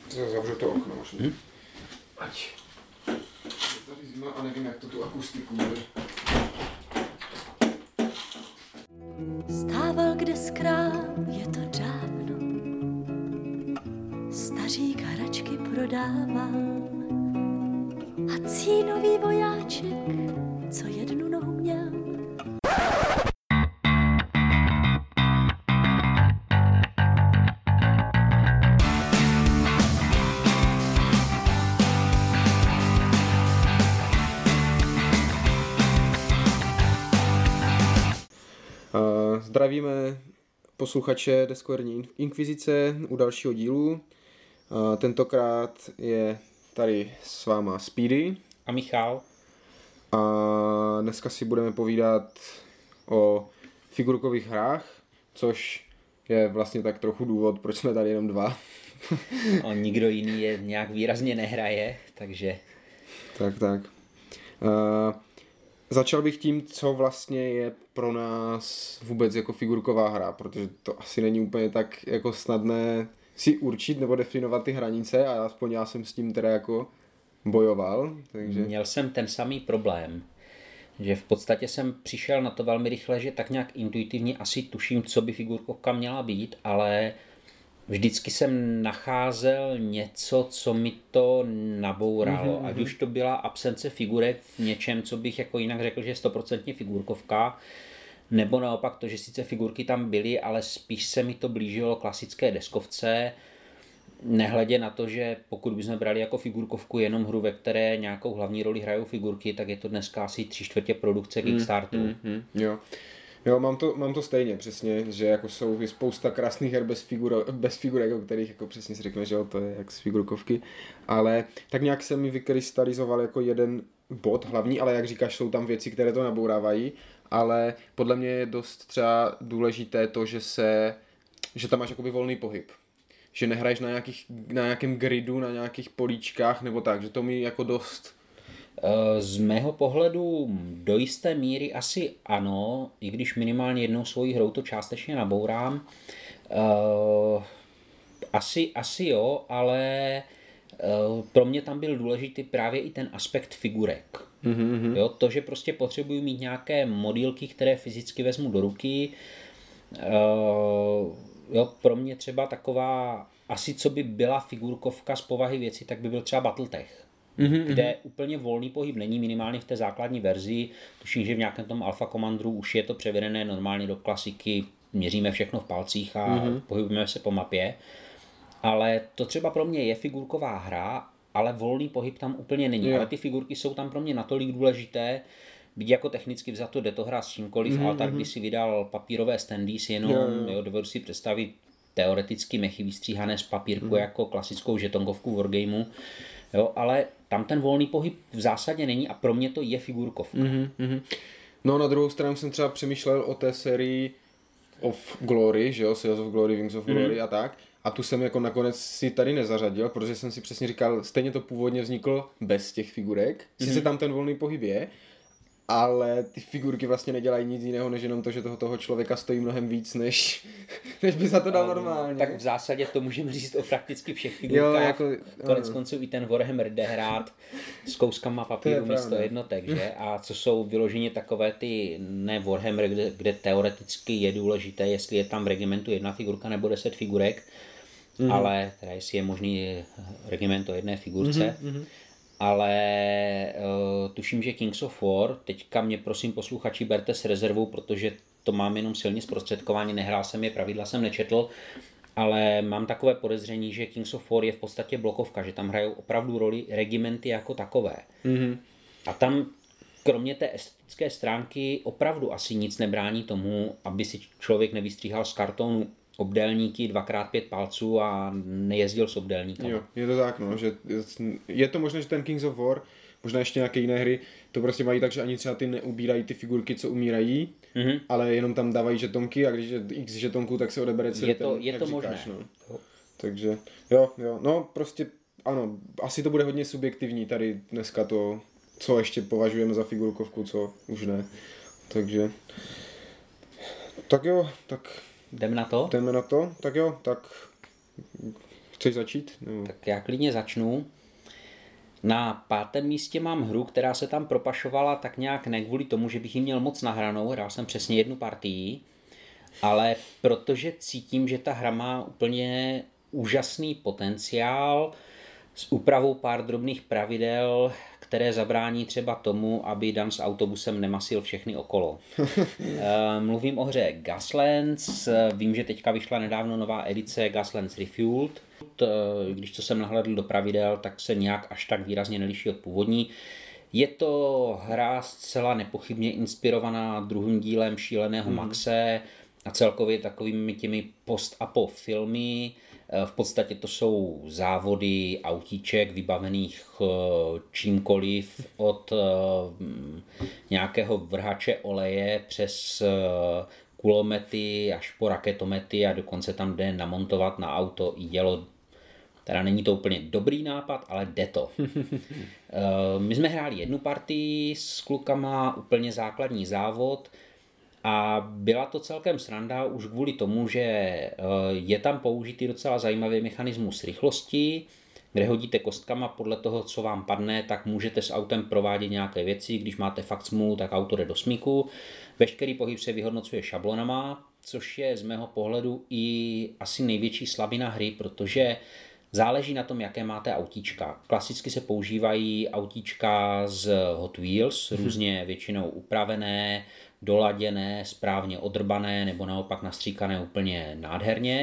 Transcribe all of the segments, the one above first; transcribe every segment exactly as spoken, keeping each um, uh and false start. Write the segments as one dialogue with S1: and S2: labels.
S1: Zavřu to okno možná. Hmm? Ať. Je tady zima a nevím, jak to tu akustiku bude.
S2: Stával kde skrám, je to dávno. Stařík hračky prodával. A cínový vojáček, co jednu nohu měl.
S1: Zdravíme posluchače Deskoherní inkvizice u dalšího dílu. Tentokrát je tady s váma Speedy.
S3: A Michal.
S1: A dneska si budeme povídat o figurkových hrách, což je vlastně tak trochu důvod, proč jsme tady jenom dva.
S3: O, nikdo jiný je nějak výrazně nehraje, takže...
S1: Tak, tak. Uh, Začal bych tím, co vlastně je pro nás vůbec jako figurková hra, protože to asi není úplně tak jako snadné si určit nebo definovat ty hranice a aspoň já jsem s tím teda jako bojoval. Takže...
S3: Měl jsem ten samý problém, že v podstatě jsem přišel na to velmi rychle, že tak nějak intuitivně asi tuším, co by figurkovka měla být, ale vždycky jsem nacházel něco, co mi to nabouralo. Mm-hmm. Ať už to byla absence figurek v něčem, co bych jako jinak řekl, že je stoprocentně figurkovka, nebo naopak to, že sice figurky tam byly, ale spíš se mi to blížilo klasické deskovce, nehledě na to, že pokud bychom brali jako figurkovku jenom hru, ve které nějakou hlavní roli hrajou figurky, tak je to dneska asi tři čtvrtě produkce Kickstarteru.
S1: Mm-hmm. Jo. Jo, mám to, mám to stejně přesně, že jako jsou spousta krásných her bez, figuro, bez figurek, o kterých jako přesně si řekne, že jo, to je jak z figurkovky, ale tak nějak se mi vykrystalizoval jako jeden bod hlavní, ale jak říkáš, jsou tam věci, které to nabourávají, ale podle mě je dost třeba důležité to, že se, že tam máš jakoby volný pohyb, že nehraješ na, nějakých, na nějakém gridu, na nějakých políčkách nebo tak, že to mi jako dost...
S3: Z mého pohledu do jisté míry asi ano, i když minimálně jednou svojí hrou to částečně nabourám. Asi, asi jo, ale pro mě tam byl důležitý právě i ten aspekt figurek. Mm-hmm. Jo, to, že prostě potřebuji mít nějaké modílky, které fyzicky vezmu do ruky. Jo, pro mě třeba taková, asi co by byla figurkovka z povahy věci, tak by byl třeba Battletech. Mm-hmm. Kde úplně volný pohyb není, minimálně v té základní verzi. Tuším, že v nějakém tom Alpha Commanderu už je to převedené normálně do klasiky, měříme všechno v palcích a mm-hmm. pohybujeme se po mapě. Ale to třeba pro mě je figurková hra, ale volný pohyb tam úplně není. Yeah. Ale ty figurky jsou tam pro mě natolik důležité, byť jako technicky vzato jde to hra s čímkoliv, mm-hmm. Altar, když si vydal papírové standy s jenom, yeah, yeah. Jo, dovedu si představit teoreticky mechy vystříhané z papírku mm-hmm. jako klasickou žetonkovku wargameu. Jo, ale tam ten volný pohyb v zásadě není a pro mě to je figurkovka.
S1: Mm-hmm. No na druhou stranu jsem třeba přemýšlel o té sérii of Glory, že jo, Sales of Glory, Wings of Glory mm. a tak. A tu jsem jako nakonec si tady nezařadil, protože jsem si přesně říkal, stejně to původně vzniklo bez těch figurek. Sice mm-hmm. tam ten volný pohyb je, ale ty figurky vlastně nedělají nic jiného, než jenom to, že toho, toho člověka stojí mnohem víc, než, než by za to dal normálně.
S3: Tak v zásadě to můžeme říct o prakticky všech figurkách. Jo, jako, konec konců i ten Warhammer jde hrát s kouskama papíru místo jednotek, že? A co jsou vyloženě takové ty, ne Warhammer, kde, kde teoreticky je důležité, jestli je tam v regimentu jedna figurka nebo deset figurek, mm. ale teda jestli je možný regiment o jedné figurce. Mm-hmm. Ale uh, tuším, že Kings of War, teďka mě prosím posluchači berte s rezervou, protože to mám jenom silně zprostředkování, nehrál jsem je, pravidla jsem nečetl, ale mám takové podezření, že Kings of War je v podstatě blokovka, že tam hrajou opravdu roli regimenty jako takové. Mm-hmm. A tam kromě té estetické stránky opravdu asi nic nebrání tomu, aby si člověk nevystříhal z kartonu obdélníky dvakrát pět palců a nejezdil s obdélníkama.
S1: Jo, je to tak, no, že je to možné, že ten Kings of War, možná ještě nějaké jiné hry, to prostě mají tak, že ani třeba ty neubírají ty figurky, co umírají, mm-hmm. ale jenom tam dávají žetonky a když je x žetonků, tak se odebere celý
S3: je to,
S1: ten,
S3: je to
S1: říkáš,
S3: možné.
S1: No. Takže, jo, jo, no prostě, ano, asi to bude hodně subjektivní tady dneska to, co ještě považujeme za figurkovku, co už ne. Takže, tak jo, tak...
S3: Jdeme na to?
S1: Jdeme na to, tak jo, tak Chceš začít? No.
S3: Tak já klidně začnu. Na pátém místě mám hru, která se tam propašovala tak nějak ne kvůli tomu, že bych ji měl moc nahranou, hrál jsem přesně jednu partii, ale protože cítím, že ta hra má úplně úžasný potenciál s úpravou pár drobných pravidel, které zabrání třeba tomu, aby Dan s autobusem nemasil všechny okolo. Mluvím o hře Gaslands, vím, že teďka vyšla nedávno nová edice Gaslands Refueled. Když to jsem nahlédl do pravidel, tak se nějak až tak výrazně neliší od původní. Je to hra zcela nepochybně inspirovaná druhým dílem Šíleného mm. Maxe a celkově takovými těmi post-apo filmy. V podstatě to jsou závody autíček vybavených čímkoliv od nějakého vrhače oleje přes kulomety až po raketomety a dokonce tam jde namontovat na auto i dělo. Teda není to úplně dobrý nápad, ale jde to. My jsme hráli jednu partii s klukama, úplně základní závod, a byla to celkem sranda už kvůli tomu, že je tam použitý docela zajímavý mechanismus rychlosti, kde hodíte kostkama podle toho, co vám padne, tak můžete s autem provádět nějaké věci. Když máte fakt smůlu, tak auto jde do smíku. Veškerý pohyb se vyhodnocuje šablonama, což je z mého pohledu i asi největší slabina hry, protože záleží na tom, jaké máte autíčka. Klasicky se používají autíčka z Hot Wheels, různě většinou upravené, doladěné, správně odrbané nebo naopak nastříkané úplně nádherně.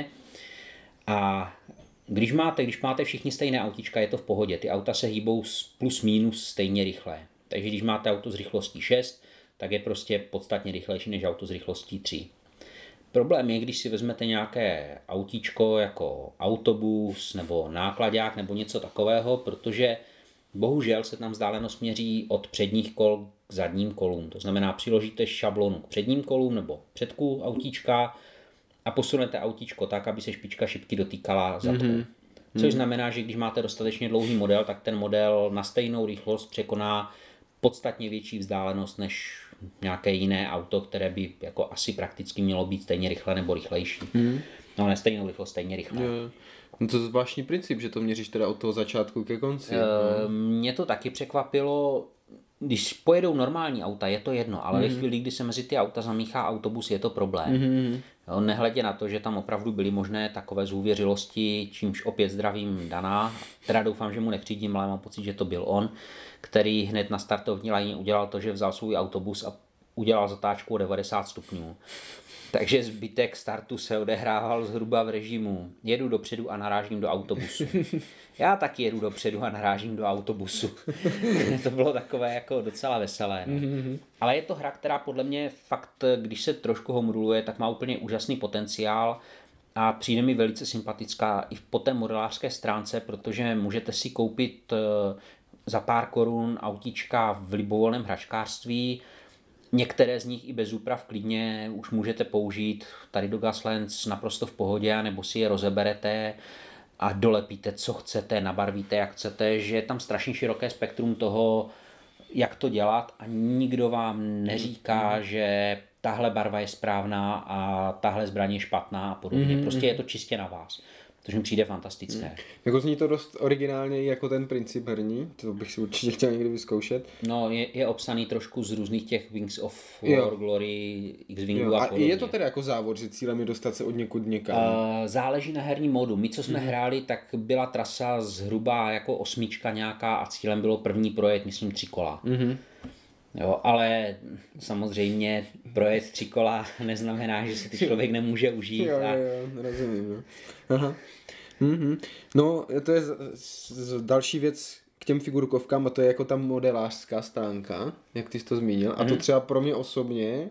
S3: A když máte, když máte všichni stejné autíčka, je to v pohodě. Ty auta se hýbou plus minus stejně rychle. Takže když máte auto s rychlostí šest, tak je prostě podstatně rychlejší než auto s rychlostí tři. Problém je, když si vezmete nějaké autíčko jako autobus nebo nákladák nebo něco takového, protože bohužel se tam vzdálenost měří od předních kol k zadním kolům. To znamená, přiložíte šablonu k předním kolům nebo předku autíčka a posunete autíčko tak, aby se špička šipky dotýkala zadku. Mm-hmm. Což znamená, že když máte dostatečně dlouhý model, tak ten model na stejnou rychlost překoná podstatně větší vzdálenost než nějaké jiné auto, které by jako asi prakticky mělo být stejně rychle nebo rychlejší. Mm. No ne stejnou rychlost, stejně rychle.
S1: Je. No to je zvláštní princip, že to měříš teda od toho začátku ke konci. E,
S3: no. Mě to taky překvapilo. Když pojedou normální auta, je to jedno, ale mm. ve chvíli, kdy se mezi ty auta zamíchá autobus, je to problém. Mm. Jo, nehledě na to, že tam opravdu byly možné takové zůvěřilosti, čímž opět zdravím Dana, teda doufám, že mu nekřídím, ale mám pocit, že to byl on, který hned na startovní lajně udělal to, že vzal svůj autobus a udělal zatáčku o devadesát stupňů. Takže zbytek startu se odehrával zhruba v režimu jedu dopředu a narážím do autobusu. Já taky jedu dopředu a narážím do autobusu. To bylo takové jako docela veselé. Ne? Ale je to hra, která podle mě fakt, když se trošku homruluje, tak má úplně úžasný potenciál a přijde mi velice sympatická i po té modelářské stránce, protože můžete si koupit za pár korun autíčka v libovolném hračkářství. Některé z nich i bez úprav klidně už můžete použít tady do Gaslands naprosto v pohodě, nebo si je rozeberete a dolepíte, co chcete, nabarvíte, jak chcete, že je tam strašně široké spektrum toho, jak to dělat a nikdo vám neříká, že tahle barva je správná a tahle zbraň je špatná a podobně. Prostě je to čistě na vás. Což mi přijde fantastické. Hmm.
S1: Jako zní to dost originálně jako ten princip herní, to bych si určitě chtěl někdy vyzkoušet.
S3: No, je, je obsaný trošku z různých těch Wings of War, jo. Glory, X-Wingu a podobně.
S1: A je to tedy jako závod, že cílem je dostat se od někud někam?
S3: Uh, záleží na herním módu. My, co jsme hmm. hráli, tak byla trasa zhruba jako osmička nějaká a cílem bylo první projet, myslím, tři kola. Hmm. Jo, ale samozřejmě projet tři kola neznamená, že si ty člověk nemůže užít.
S1: Jo,
S3: a...
S1: jo, rozumím. Jo. Aha. Mm-hmm. No, to je z, z, další věc k těm figurkovkám a to je jako ta modelářská stránka, jak ty jsi to zmínil. A to třeba pro mě osobně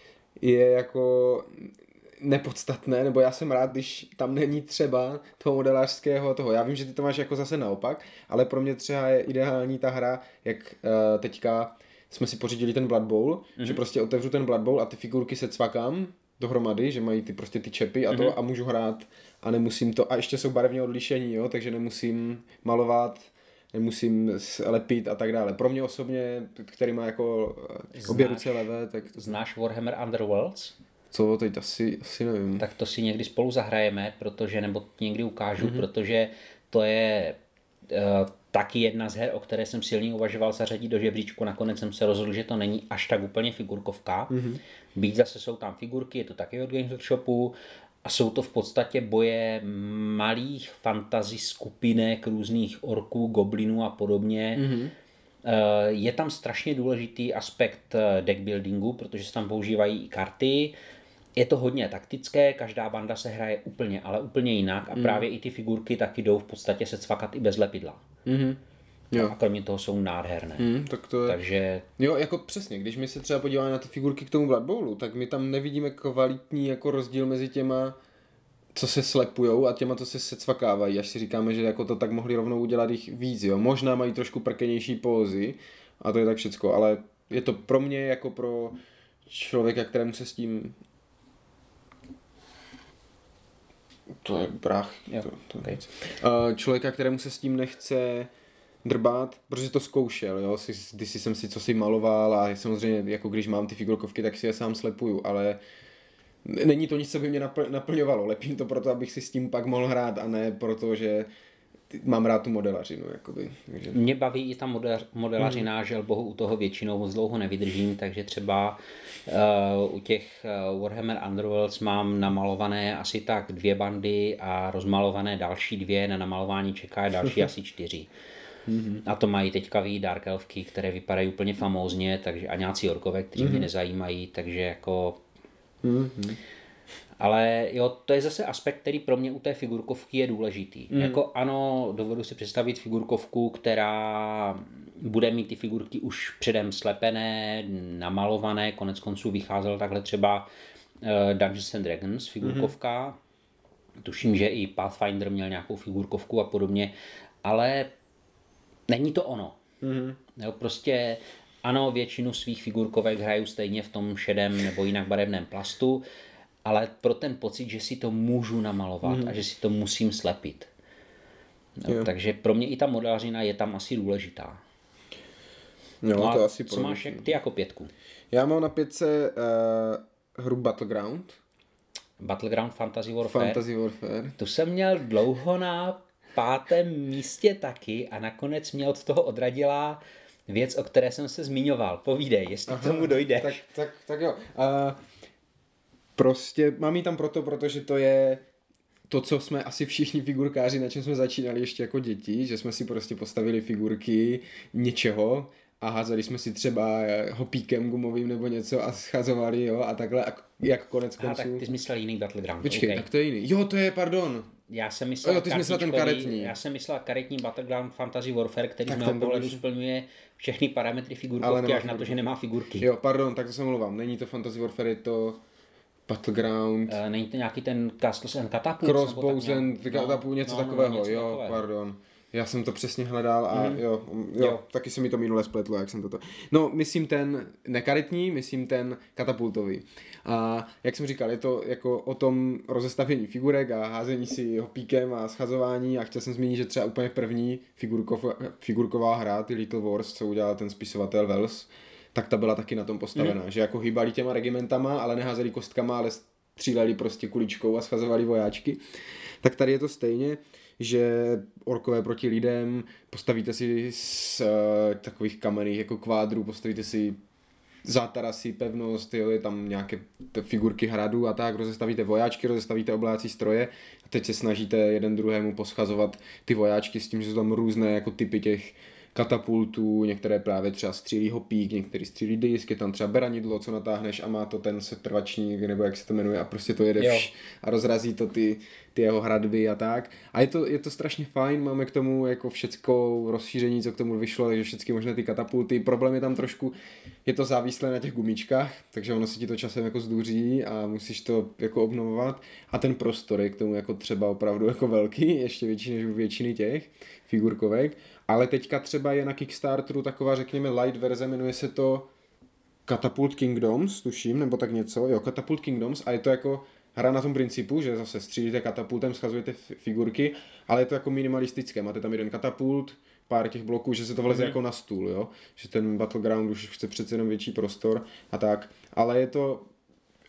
S1: je jako nepodstatné, nebo já jsem rád, když tam není třeba toho modelářského toho. Já vím, že ty to máš jako zase naopak, ale pro mě třeba je ideální ta hra, jak uh, teďka jsme si pořídili ten Blood Bowl, mm-hmm. že prostě otevřu ten Blood Bowl a ty figurky se cvakám dohromady, že mají ty prostě ty čepy a to mm-hmm. a můžu hrát a nemusím to, a ještě jsou barevně odlišení, jo, takže nemusím malovat, nemusím lepit a tak dále. Pro mě osobně, který má jako znáš, obě ruce levé, tak...
S3: Znáš Warhammer Underworlds?
S1: Co, teď asi, asi nevím.
S3: Tak to si někdy spolu zahrajeme, protože, nebo někdy ukážu, mm-hmm. protože to je uh, taky jedna z her, o které jsem silně uvažoval zařadit do žebříčku. Nakonec jsem se rozhodl, že to není až tak úplně figurkovka. Mm-hmm. Byť zase jsou tam figurky, je to taky od Games Workshopu a jsou to v podstatě boje malých fantasy skupinek, různých orků, goblinů a podobně. Mm-hmm. Je tam strašně důležitý aspekt deck buildingu, protože se tam používají i karty. Je to hodně taktické, každá banda se hraje úplně, ale úplně jinak a mm. právě i ty figurky taky jdou v podstatě se cvakat i bez lepidla. Mm-hmm. Jo. A kromě toho jsou nádherné.
S1: Mm, tak to je...
S3: Takže...
S1: Jo, jako přesně, když my se třeba podíváme na ty figurky k tomu Blood Bowlu, tak my tam nevidíme kvalitní jako rozdíl mezi těma, co se slepujou a těma, co se secvakávají, až si říkáme, že jako to tak mohli rovnou udělat jich víc, jo. Možná mají trošku prkenější pózy a to je tak všecko, ale je to pro mě jako pro člověka, kterému se s tím... To je brách.
S3: Jo,
S1: to, to
S3: okay.
S1: Člověka, kterému se s tím nechce drbat, protože to zkoušel, jo, si, když jsem si co si maloval a samozřejmě, jako když mám ty figurkovky, tak si je sám slepuju, ale není to nic, co by mě naplňovalo. Lepím to proto, abych si s tím pak mohl hrát a ne proto, že mám rád tu modelařinu. Jakoby. Takže...
S3: Mě baví i ta modelařina, mm. žel bohu u toho většinou moc dlouho nevydržím, takže třeba uh, u těch uh, Warhammer Underworlds mám namalované asi tak dvě bandy a rozmalované další dvě, na namalování čeká další asi čtyři. Mm-hmm. A to mají teďka ví Dark Elfky, které vypadají úplně famózně, takže a nějací orkové, kteří mm-hmm. mě nezajímají, takže jako... Mm-hmm. Ale jo, to je zase aspekt, který pro mě u té figurkovky je důležitý. Mm. Jako ano, dovedu si představit figurkovku, která bude mít ty figurky už předem slepené, namalované, konec konců vycházel takhle třeba uh, Dungeons and Dragons figurkovka. Mm. Tuším, že i Pathfinder měl nějakou figurkovku a podobně, ale není to ono. Mm. Jo, prostě ano, většinu svých figurkovek hraju stejně v tom šedém nebo jinak barevném plastu, ale pro ten pocit, že si to můžu namalovat mm. a že si to musím slepit. No, takže pro mě i ta modelařina je tam asi důležitá.
S1: Jo,
S3: no
S1: to asi
S3: co máš ty jako pětku?
S1: Já mám na pětce uh, hru Battleground.
S3: Battleground Fantasy Warfare.
S1: Fantasy Warfare.
S3: Tu jsem měl dlouho na pátém místě taky a nakonec mě od toho odradila věc, o které jsem se zmiňoval. Povídej, jestli Aha, k tomu dojdeš.
S1: Tak, tak, tak jo. Uh, Prostě mám ji tam proto, protože to je to, co jsme asi všichni figurkáři, na čem jsme začínali ještě jako děti, že jsme si prostě postavili figurky něčeho a házeli jsme si třeba hopíkem gumovým nebo něco a schazovali, jo, a takhle, a jak konec konců.
S3: Aha, tak ty jsi myslel jiný Battleground.
S1: Počkej,
S3: okay.
S1: tak to je jiný. Jo, to je, pardon.
S3: Já jsem myslel,
S1: jo, ty jsi myslel ten karetní.
S3: Já jsem myslel karetní Battleground Fantasy Warfare, který z mého pohledu splňuje všechny parametry figurkovky až na to, že nemá figurky.
S1: Jo, pardon, tak to se mluvám. Není to Fantasy Warfare, je to Battleground.
S3: Uh, není to nějaký ten Castles and Catapult?
S1: Crossbows and Catapult, no, něco no, takového, no, něco jo, takového. Pardon. Já jsem to přesně hledal a mm. jo, jo, jo, taky se mi to minule spletlo, jak jsem toto. No, myslím ten nekaretní, myslím ten katapultový. A jak jsem říkal, je to jako o tom rozestavění figurek a házení si hopíkem a schazování a chtěl jsem zmínit, že třeba úplně první figurkov, figurková hra, ty Little Wars, co udělal ten spisovatel Wells, tak ta byla taky na tom postavená, mm. že jako hýbali těma regimentama, ale neházeli kostkama, ale stříleli prostě kuličkou a schazovali vojáčky. Tak tady je to stejně, že orkové proti lidem, postavíte si z uh, takových kamenných jako kvádrů, postavíte si zátarasy, pevnost, jo, je tam nějaké figurky hradu a tak, rozestavíte vojáčky, rozestavíte oblácí stroje a teď se snažíte jeden druhému poschazovat ty vojáčky s tím, že jsou tam různé jako typy těch katapultů, některé právě třeba střílí hopík, některý střílí disk, je tam třeba beranidlo, co natáhneš a má to ten setrvačník, nebo jak se to jmenuje, a prostě to jede vš a rozrazí to ty, ty jeho hradby a tak. A je to, je to strašně fajn, máme k tomu jako všecko rozšíření, co k tomu vyšlo, takže všechny možné ty katapulty. Problém je tam trošku, je to závislé na těch gumičkách, takže ono si ti to časem jako zdůří a musíš to jako obnovovat. A ten prostor je k tomu jako třeba opravdu jako velký, ještě větší než u většiny těch figurkovek. Ale teďka třeba je na Kickstarteru taková, řekněme, light verze, jmenuje se to Catapult Kingdoms, tuším, nebo tak něco, jo, Catapult Kingdoms, a je to jako hra na tom principu, že zase střílíte katapultem, schazujete figurky, ale je to jako minimalistické, máte tam jeden katapult, pár těch bloků, že se to vleze mm. jako na stůl, jo, že ten Battleground už chce přece jenom větší prostor a tak, ale je to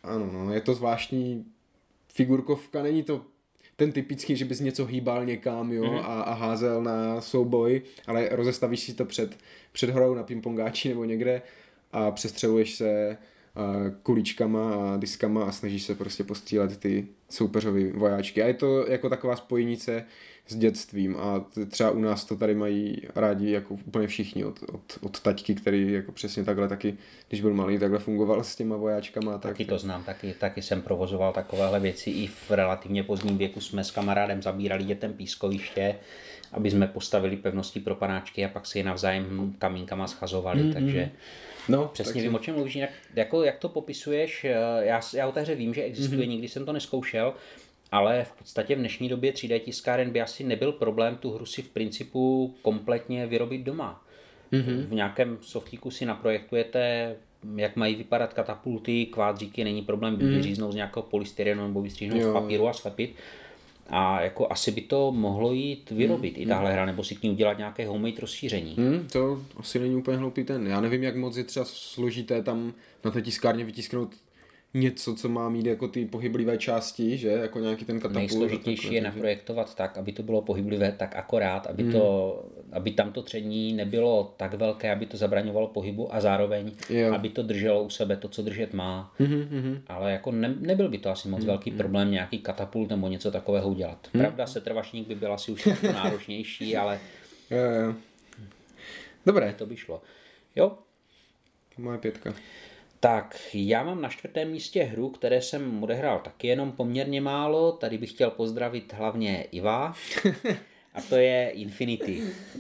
S1: ano, no, je to zvláštní figurkovka, není to ten typický, že bys něco hýbal někam, jo, mm. a, a házel na souboj, ale rozestavíš si to před, před horou na pingpongáči nebo někde a přestřeluješ se kuličkama a diskama a snažíš se prostě postřílet ty soupeřový vojáčky. A je to jako taková spojenice s dětstvím a třeba u nás to tady mají rádi jako úplně všichni od, od, od taťky, který jako přesně takhle taky, když byl malý, takhle fungoval s těma vojáčkama. Tak...
S3: Taky to znám, taky, taky jsem provozoval takovéhle věci i v relativně pozdním věku jsme s kamarádem zabírali dětem pískoviště, aby jsme postavili pevnosti pro panáčky a pak si je navzájem kamínkama schazovali, mm-hmm. takže no, přesně takže... vím, o čem mluvíš. Jak, jako, jak to popisuješ, já, já o té hře vím, že existuje, mm-hmm. nikdy jsem to neskoušel, ale v podstatě v dnešní době tři dé tiskáren by asi nebyl problém tu hru si v principu kompletně vyrobit doma. Mm-hmm. V nějakém softíku si naprojektujete, jak mají vypadat katapulty, kvádříky, není problém mm. vyříznout z nějakého polystyrenu nebo vystříhnout z papíru a slepit. A jako asi by to mohlo jít vyrobit mm. i tahle hra, nebo si k ní udělat nějaké homemade rozšíření.
S1: Mm, to asi není úplně hloupý ten. Já nevím, jak moc je třeba složité tam na té tiskárně vytisknout něco, co má mít jako ty pohyblivé části, že? Jako nějaký ten katapult.
S3: Nejsložitější je naprojektovat tak, aby to bylo pohyblivé tak akorát, aby, mm. to, aby tam to tření nebylo tak velké, aby to zabraňovalo pohybu a zároveň, jo. aby to drželo u sebe to, co držet má. Mm-hmm. Ale jako ne, nebyl by to asi moc mm. velký problém nějaký katapult nebo něco takového udělat. Mm. Pravda, setrvačník by byl asi už náročnější, ale
S1: jo, jo. Dobré.
S3: To by šlo. Jo?
S1: Moje pětka.
S3: Tak, já mám na čtvrtém místě hru, které jsem odehrál taky jenom poměrně málo. Tady bych chtěl pozdravit hlavně Iva. A to je Infinity.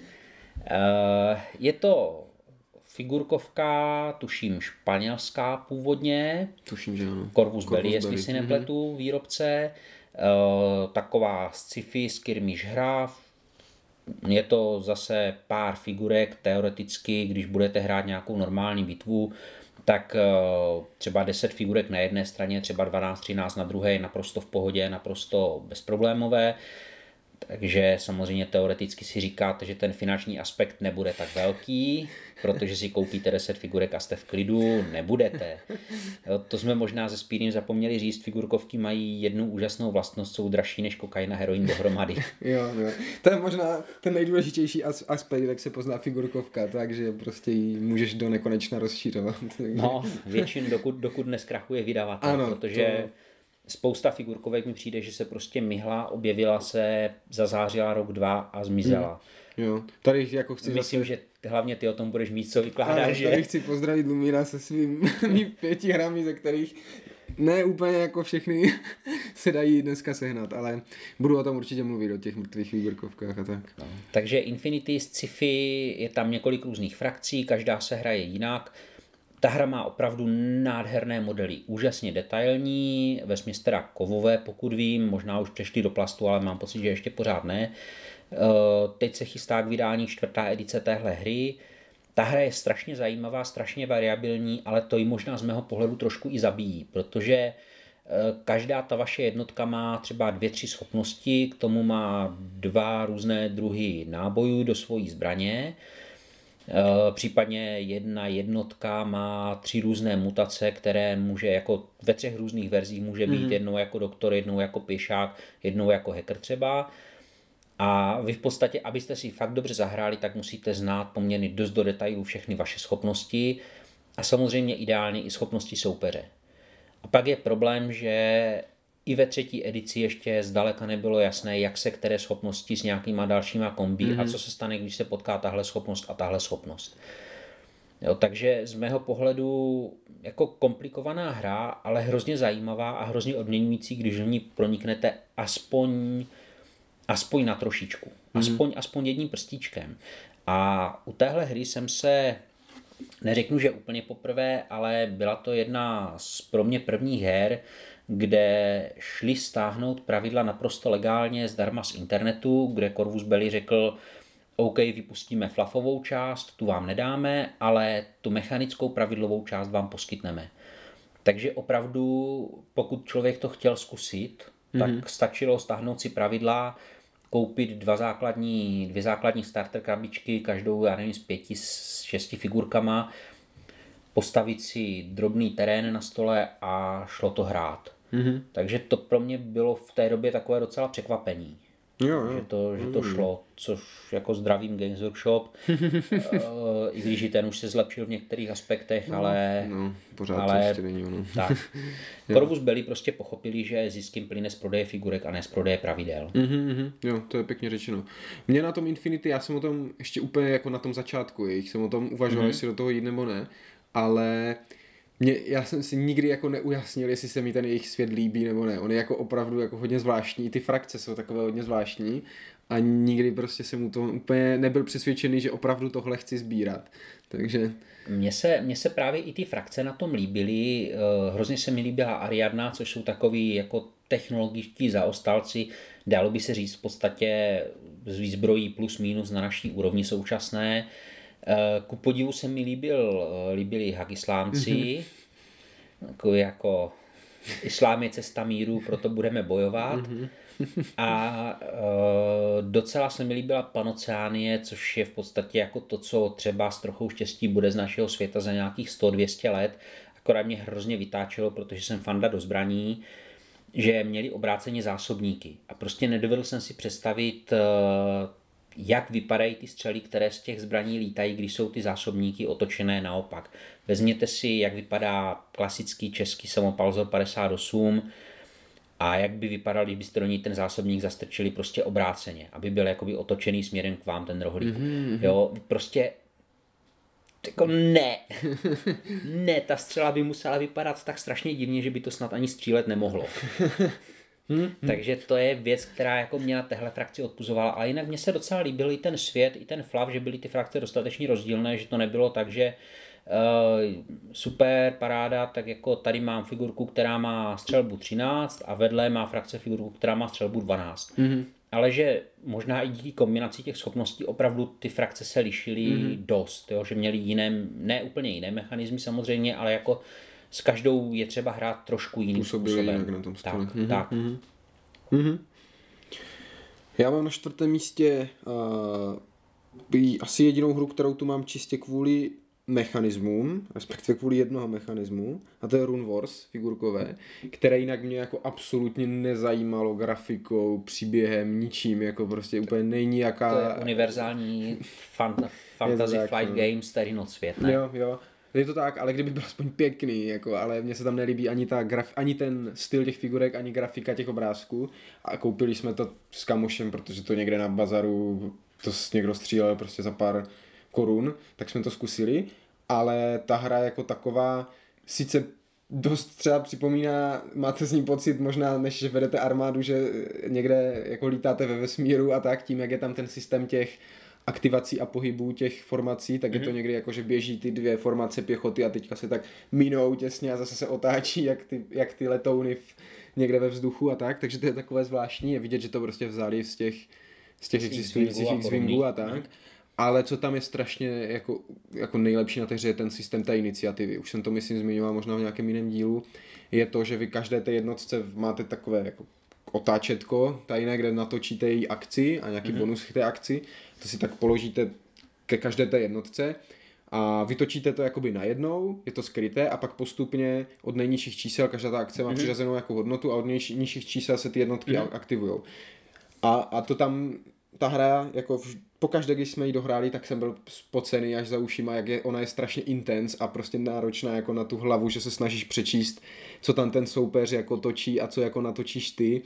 S3: Je to figurkovka, tuším španělská původně.
S1: Tuším, že ano.
S3: Corvus Belli, jestli si nepletu, mm-hmm. výrobce. Taková sci-fi, skirmish hra. Je to zase pár figurek, teoreticky, když budete hrát nějakou normální bitvu, tak třeba deset figurek na jedné straně, třeba dvanáct třináct na druhé je naprosto v pohodě, naprosto bezproblémové. Takže samozřejmě teoreticky si říkáte, že ten finanční aspekt nebude tak velký, protože si koupíte deset figurek a jste v klidu, nebudete. To jsme možná se Spírem zapomněli říct, figurkovky mají jednu úžasnou vlastnost, jsou dražší než kokain a heroin dohromady.
S1: Jo, jo. To je možná ten nejdůležitější aspekt, jak se pozná figurkovka, takže prostě ji můžeš do nekonečna rozšířovat.
S3: No, většinu, dokud, dokud neskrachuje vydavatel, ano, protože... To... Spousta figurkovek mi přijde, že se prostě myhla, objevila se, zazářila rok, dva a zmizela.
S1: Mm. Jo, tady jako chci
S3: Myslím,
S1: zase...
S3: že hlavně ty o tom budeš mít co vykládat, že?
S1: Tady chci pozdravit Lumíra se svými pěti hrami, ze kterých ne úplně jako všechny se dají dneska sehnat, ale budu o tom určitě mluvit, o těch mrtvých figurkovkách a tak.
S3: No, takže Infinity sci-fi, je tam několik různých frakcí, každá se hraje jinak. Ta hra má opravdu nádherné modely, úžasně detailní, vesměs teda kovové, pokud vím, možná už přešli do plastu, ale mám pocit, že ještě pořád ne. Teď se chystá k vydání čtvrtá edice téhle hry. Ta hra je strašně zajímavá, strašně variabilní, ale to ji možná z mého pohledu trošku i zabíjí, protože každá ta vaše jednotka má třeba dvě, tři schopnosti, k tomu má dva různé druhy nábojů do svojí zbraně. Případně jedna jednotka má tři různé mutace, které může jako ve třech různých verzích může být mm. jednou jako doktor, jednou jako pěšák, jednou jako hacker třeba. A vy v podstatě, abyste si fakt dobře zahráli, tak musíte znát poměrně dost do detailů všechny vaše schopnosti a samozřejmě ideálně i schopnosti soupeře. A pak je problém, že i ve třetí edici ještě zdaleka nebylo jasné, jak se které schopnosti s nějakýma dalšíma kombí mm-hmm. a co se stane, když se potká tahle schopnost a tahle schopnost. Jo, takže z mého pohledu jako komplikovaná hra, ale hrozně zajímavá a hrozně odměňující, když v ní proniknete aspoň, aspoň na trošičku. Mm-hmm. Aspoň, aspoň jedním prstíčkem. A u téhle hry jsem se, neřeknu, že úplně poprvé, ale byla to jedna z pro mě prvních her, kde šli stáhnout pravidla naprosto legálně zdarma z internetu, kde Corvus Belli řekl, OK, vypustíme fluffovou část, tu vám nedáme, ale tu mechanickou pravidlovou část vám poskytneme. Takže opravdu, pokud člověk to chtěl zkusit, mm-hmm. tak stačilo stáhnout si pravidla, koupit dva základní, dvě základní starter krabičky, každou, já nevím, s pěti, s šesti figurkama, postavit si drobný terén na stole a šlo to hrát.
S1: Mm-hmm.
S3: Takže to pro mě bylo v té době takové docela překvapení.
S1: Jo, jo.
S3: Že to, že to šlo, což jako zdravím Games Workshop, i když i ten už se zlepšil v některých aspektech,
S1: no,
S3: ale...
S1: No, pořád
S3: ale,
S1: to ještě není ono.
S3: Tak. Corvus Belli prostě pochopili, že ziskem plyne z prodeje figurek a ne z prodeje pravidel.
S1: Mm-hmm, jo, to je pěkně řečeno. Mě na tom Infinity, já jsem o tom ještě úplně jako na tom začátku, jejich jsem o tom uvažoval, mm-hmm. jestli do toho jít nebo ne, ale... Mě, já jsem si nikdy jako neujasnil, jestli se mi ten jejich svět líbí nebo ne. On je jako opravdu jako hodně zvláštní, ty frakce jsou takové hodně zvláštní a nikdy prostě jsem mu to úplně nebyl přesvědčený, že opravdu tohle chci sbírat. Takže...
S3: Mně se, mně se právě i ty frakce na tom líbily, hrozně se mi líbila Ariadna, což jsou takový jako technologičtí zaostalci, dalo by se říct v podstatě z výzbrojí plus minus na naší úrovni současné. Ku podivu se mi líbil, líbili Hagislámci, mm-hmm. jako, jako islám je cesta míru, proto budeme bojovat. Mm-hmm. A e, docela se mi líbila Panoceánie, což je v podstatě jako to, co třeba s trochou štěstí bude z našeho světa za nějakých sto dvě stě let. Akorát mě hrozně vytáčelo, protože jsem fanda do zbraní, že měli obráceně zásobníky. A prostě nedovedl jsem si představit... E, jak vypadají ty střely, které z těch zbraní lítají, když jsou ty zásobníky otočené naopak. Vezměte si, jak vypadá klasický český samopal Z padesát osm a jak by vypadal, když byste do něj ten zásobník zastrčili prostě obráceně, aby byl jakoby otočený směrem k vám ten rohlík. Mm-hmm. Jo, prostě jako ne. Ne, ta střela by musela vypadat tak strašně divně, že by to snad ani střílet nemohlo. Hmm, Takže to je věc, která jako mě na téhle frakci odpuzovala, ale jinak mně se docela líbil i ten svět, i ten flav, že byly ty frakce dostatečně rozdílné, že to nebylo tak, že uh, super, paráda, tak jako tady mám figurku, která má střelbu třináct a vedle má frakce figurku, která má střelbu dvanáct. Mm-hmm. Ale že možná i díky kombinaci těch schopností opravdu ty frakce se lišily mm-hmm. dost, jo? Že měly jiné, ne úplně jiné mechanismy samozřejmě, ale jako s každou je třeba hrát trošku jiným
S1: Působili
S3: způsobem.
S1: Jinak na tom stole.
S3: Tak,
S1: mm-hmm.
S3: tak.
S1: Mm-hmm. Já mám na čtvrtém místě uh, asi jedinou hru, kterou tu mám čistě kvůli mechanismům, respektive kvůli jednoho mechanismu, a to je Rune Wars figurkové, které jinak mě jako absolutně nezajímalo grafikou, příběhem, ničím, jako prostě úplně nejnijaká...
S3: To je univerzální fan- fantasy
S1: tak,
S3: fight
S1: no.
S3: games, tady noc svět, ne?
S1: Jo, jo. Je to tak, ale kdyby byl aspoň pěkný, jako, ale mně se tam nelíbí ani, ta graf, ani ten styl těch figurek, ani grafika těch obrázků a koupili jsme to s kamošem, protože to někde na bazaru to někdo střílel prostě za pár korun, tak jsme to zkusili, ale ta hra jako taková sice dost třeba připomíná, máte z ní pocit možná, než že vedete armádu, že někde jako lítáte ve vesmíru a tak, tím jak je tam ten systém těch aktivací a pohybů těch formací, tak mm-hmm. je to někdy jako, že běží ty dvě formace pěchoty a teďka se tak minou těsně a zase se otáčí, jak ty, jak ty letouny v, někde ve vzduchu a tak, takže to je takové zvláštní, je vidět, že to prostě vzali z těch, z těch existujících X-Wingů a tak, mm-hmm. ale co tam je strašně jako, jako nejlepší na té hře je ten systém té iniciativy, už jsem to myslím zmiňoval možná v nějakém jiném dílu, je to, že vy každé té jednotce máte takové jako otáčetko tajné, kde natočíte její akci a nějaký mm-hmm. bonus k té akci. To si tak položíte ke každé té jednotce a vytočíte to jakoby najednou, je to skryté a pak postupně od nejnižších čísel, každá ta akce má mm-hmm. přiřazenou jako hodnotu a od nejnižších čísel se ty jednotky mm-hmm. aktivujou. A, a to tam, ta hra, jako v, pokaždé, když jsme ji dohráli, tak jsem byl spocený až za ušima, jak je, ona je strašně intense a prostě náročná jako na tu hlavu, že se snažíš přečíst, co tam ten soupeř jako točí a co jako natočíš ty.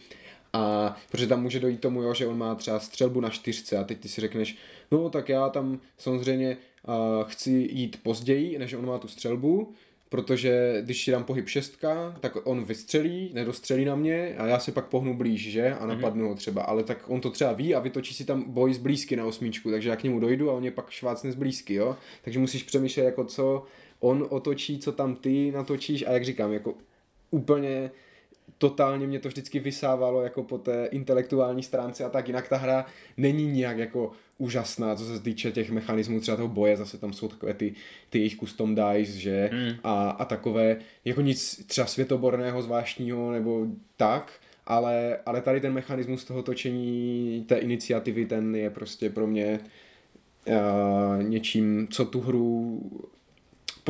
S1: A protože tam může dojít tomu, jo, že on má třeba střelbu na čtyřce a teď ty si řekneš, no tak já tam samozřejmě uh, chci jít později, než on má tu střelbu, protože když si dám pohyb šestka, tak on vystřelí, nedostřelí na mě a já se pak pohnu blíž, že? A napadnu ho třeba, ale tak on to třeba ví a vytočí si tam boj z blízky na osmičku, takže já k němu dojdu a on je pak švácne z blízky, jo? Takže musíš přemýšlet, jako co on otočí, co tam ty natočíš a jak říkám, jako úplně totálně mě to vždycky vysávalo jako po té intelektuální stránce a tak, jinak ta hra není nijak jako úžasná, co se týče těch mechanismů třeba toho boje, zase tam jsou takové ty, ty jejich custom dice, že, mm. a, a takové, jako nic třeba světoborného, zvláštního nebo tak, ale, ale tady ten mechanismus toho točení té iniciativy, ten je prostě pro mě uh, něčím, co tu hru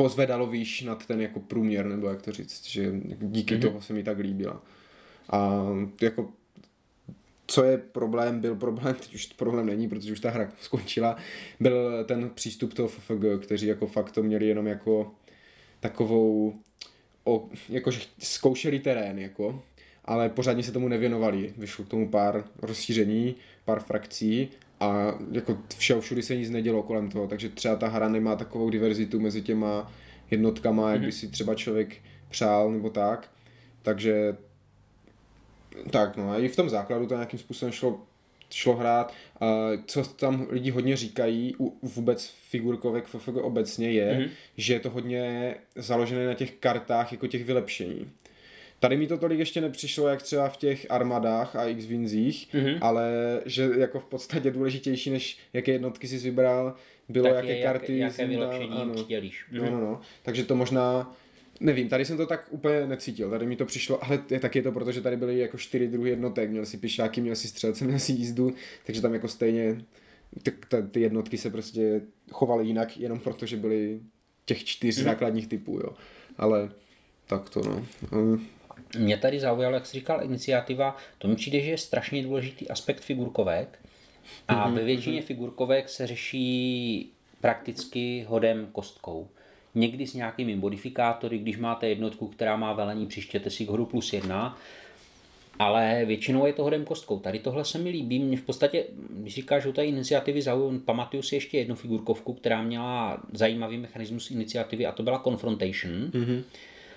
S1: pozvedalo výš nad ten jako průměr, nebo jak to říct, že díky mm-hmm. toho se mi tak líbila. A jako co je problém, byl problém, teď už problém není, protože už ta hra skončila, byl ten přístup toho F F G, kteří jako fakt to měli jenom jako takovou, o, jakože zkoušeli terén, jako, ale pořádně se tomu nevěnovali. Vyšlo k tomu pár rozšíření, pár frakcí a jako všeho všudy se nic nedělo kolem toho, takže třeba ta hra nemá takovou diverzitu mezi těma jednotkama, jak by si třeba člověk přál nebo tak, takže tak no a i v tom základu to nějakým způsobem šlo, šlo hrát. A co tam lidi hodně říkají, u, vůbec figurkovek F F G obecně je, mm-hmm. že je to hodně založené na těch kartách jako těch vylepšení. Tady mi to tolik ještě nepřišlo, jak třeba v těch armadách a X-Winzích, mm-hmm. ale že jako v podstatě důležitější, než jaké jednotky jsi vybral, bylo
S3: tak
S1: jaké
S3: je,
S1: karty
S3: jak, jaké
S1: jsi
S3: vylepšení
S1: dal, ano.
S3: přidělíš. Mm-hmm.
S1: No, no, no. Takže to možná nevím, tady jsem to tak úplně necítil, tady mi to přišlo, ale je, tak je to proto, že tady byly jako čtyři druhy jednotek, měl si pišáky, měl si střelce, měl si jízdu, takže tam jako stejně ty, ty jednotky se prostě chovaly jinak, jenom proto, že byly těch čtyř mm. základních typů, jo, ale tak to no. Um.
S3: Mě tady zaujalo, jak jsi říkal, iniciativa, to mi přijde, že je strašně důležitý aspekt figurkovek a mm-hmm. ve většině figurkovek se řeší prakticky hodem kostkou. Někdy s nějakými modifikátory, když máte jednotku, která má velení, přištěte si k hodu plus jedna, ale většinou je to hodem kostkou. Tady tohle se mi líbí. Mě v podstatě, když říkáš, že tady iniciativy zaujím, pamatuju si ještě jednu figurkovku, která měla zajímavý mechanismus iniciativy a to byla Confrontation. Mm-hmm. Uh,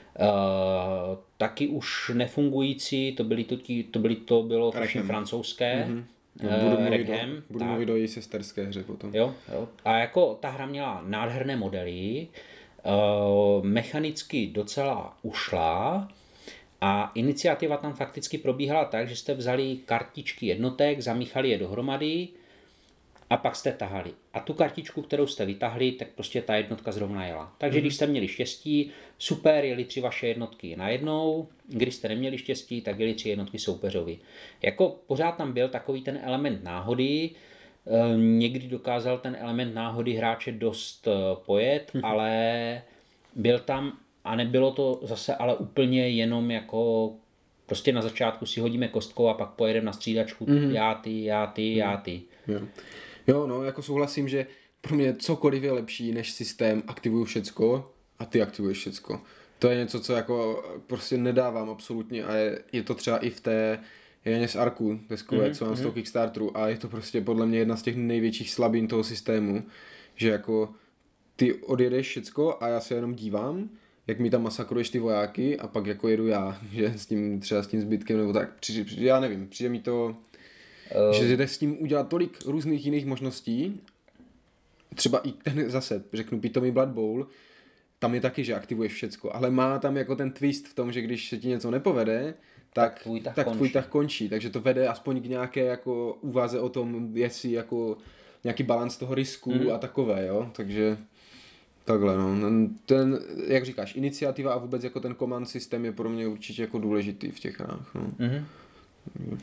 S3: taky už nefungující, to, byly to, to, byly, to bylo trošku francouzské. Mm-hmm.
S1: No, budu mluvit, do, budu mluvit o její sesterské hře potom.
S3: Jo, jo. A jako ta hra měla nádherné modely, uh, mechanicky docela ušla a iniciativa tam fakticky probíhala tak, že jste vzali kartičky jednotek, zamíchali je dohromady a pak jste tahali. A tu kartičku, kterou jste vytahli, tak prostě ta jednotka zrovna jela. Takže mm. když jste měli štěstí, super, jeli tři vaše jednotky najednou, když jste neměli štěstí, tak jeli tři jednotky soupeřovi. Jako pořád tam byl takový ten element náhody, někdy dokázal ten element náhody hráče dost pojet, mm. ale byl tam a nebylo to zase ale úplně jenom jako prostě na začátku si hodíme kostkou a pak pojedeme na střídačku, mm. já ty, já ty, mm. já ty.
S1: Jo. Jo, no, jako souhlasím, že pro mě cokoliv je lepší než systém aktivuju všecko a ty aktivuješ všecko. To je něco, co jako prostě nedávám absolutně a je, je to třeba i v té Janě z Arku deskové, mm-hmm. co mám z toho Kickstarteru a je to prostě podle mě jedna z těch největších slabin toho systému, že jako ty odjedeš všecko a já se jenom dívám, jak mi tam masakruješ ty vojáky a pak jako jedu já, že s tím třeba s tím zbytkem nebo tak, přijde, přijde, já nevím, přijde mi to... Uh. Že jde s tím udělat tolik různých jiných možností, třeba i ten zase, řeknu Pitomý Blood Bowl, tam je taky, že aktivuješ všecko, ale má tam jako ten twist v tom, že když se ti něco nepovede, tak, tak, tvůj, tah tak tvůj tah končí, takže to vede aspoň k nějaké jako úvaze o tom, jestli jako nějaký balans toho risku mm. a takové, jo, takže takhle, no, ten, jak říkáš, iniciativa a vůbec jako ten command systém je pro mě určitě jako důležitý v těch hrách, no. Mm. Mm.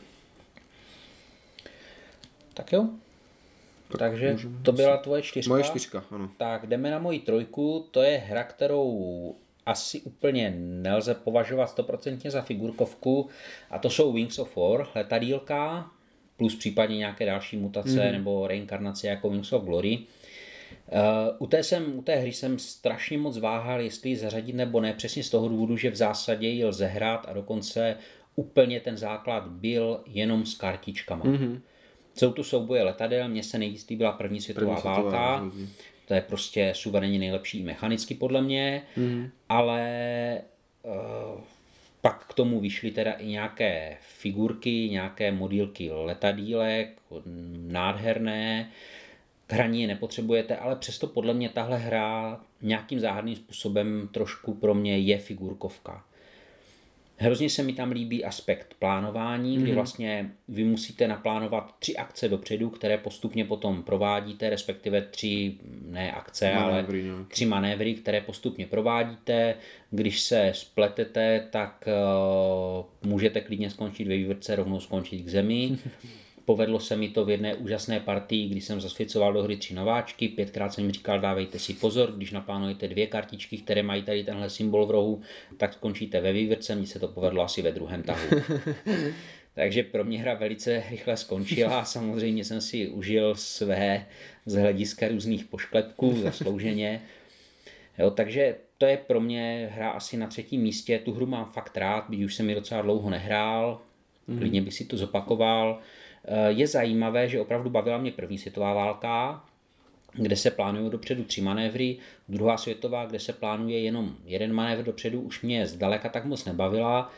S3: Tak jo. Tak Takže to byla tvoje čtyřka.
S1: Moje čtyřka, ano.
S3: Tak jdeme na moji trojku. To je hra, kterou asi úplně nelze považovat stoprocentně za figurkovku. A to jsou Wings of War, letadýlka, plus případně nějaké další mutace mm. nebo reinkarnace jako Wings of Glory. Uh, u, té jsem, u té hry jsem strašně moc váhal, jestli ji zařadit nebo ne, přesně z toho důvodu, že v zásadě ji lze hrát a dokonce úplně ten základ byl jenom s kartičkama. Mm-hmm. Jsou tu souboje letadel, mně se nejvíc líbila první světová první válka, světová, to je prostě suverénně nejlepší mechanicky podle mě, mm. ale uh, pak k tomu vyšly teda i nějaké figurky, nějaké modílky letadílek, nádherné, k hraní je nepotřebujete, ale přesto podle mě tahle hra nějakým záhadným způsobem trošku pro mě je figurkovka. Hrozně se mi tam líbí aspekt plánování, kdy vlastně vy musíte naplánovat tři akce dopředu, které postupně potom provádíte, respektive tři, ne akce, manévry, ale tři manévry, které postupně provádíte. Když se spletete, tak uh, můžete klidně skončit ve vývrtce, rovnou skončit k zemi. Povedlo se mi to v jedné úžasné partii, kdy jsem zasvěcoval do hry tři nováčky, pětkrát jsem říkal, dávejte si pozor, když naplánujete dvě kartičky, které mají tady tenhle symbol v rohu, tak skončíte ve vývrce, mně se to povedlo asi ve druhém tahu. Takže pro mě hra velice rychle skončila a samozřejmě jsem si užil své z hlediska různých pošklepků zaslouženě. Jo, takže to je pro mě hra asi na třetím místě. Tu hru mám fakt rád, byť už jsem ji docela dlouho nehrál, mm. klidně bych si to zopakoval. Je zajímavé, že opravdu bavila mě první světová válka, kde se plánují dopředu tři manévry, druhá světová, kde se plánuje jenom jeden manévr dopředu, už mě zdaleka tak moc nebavila.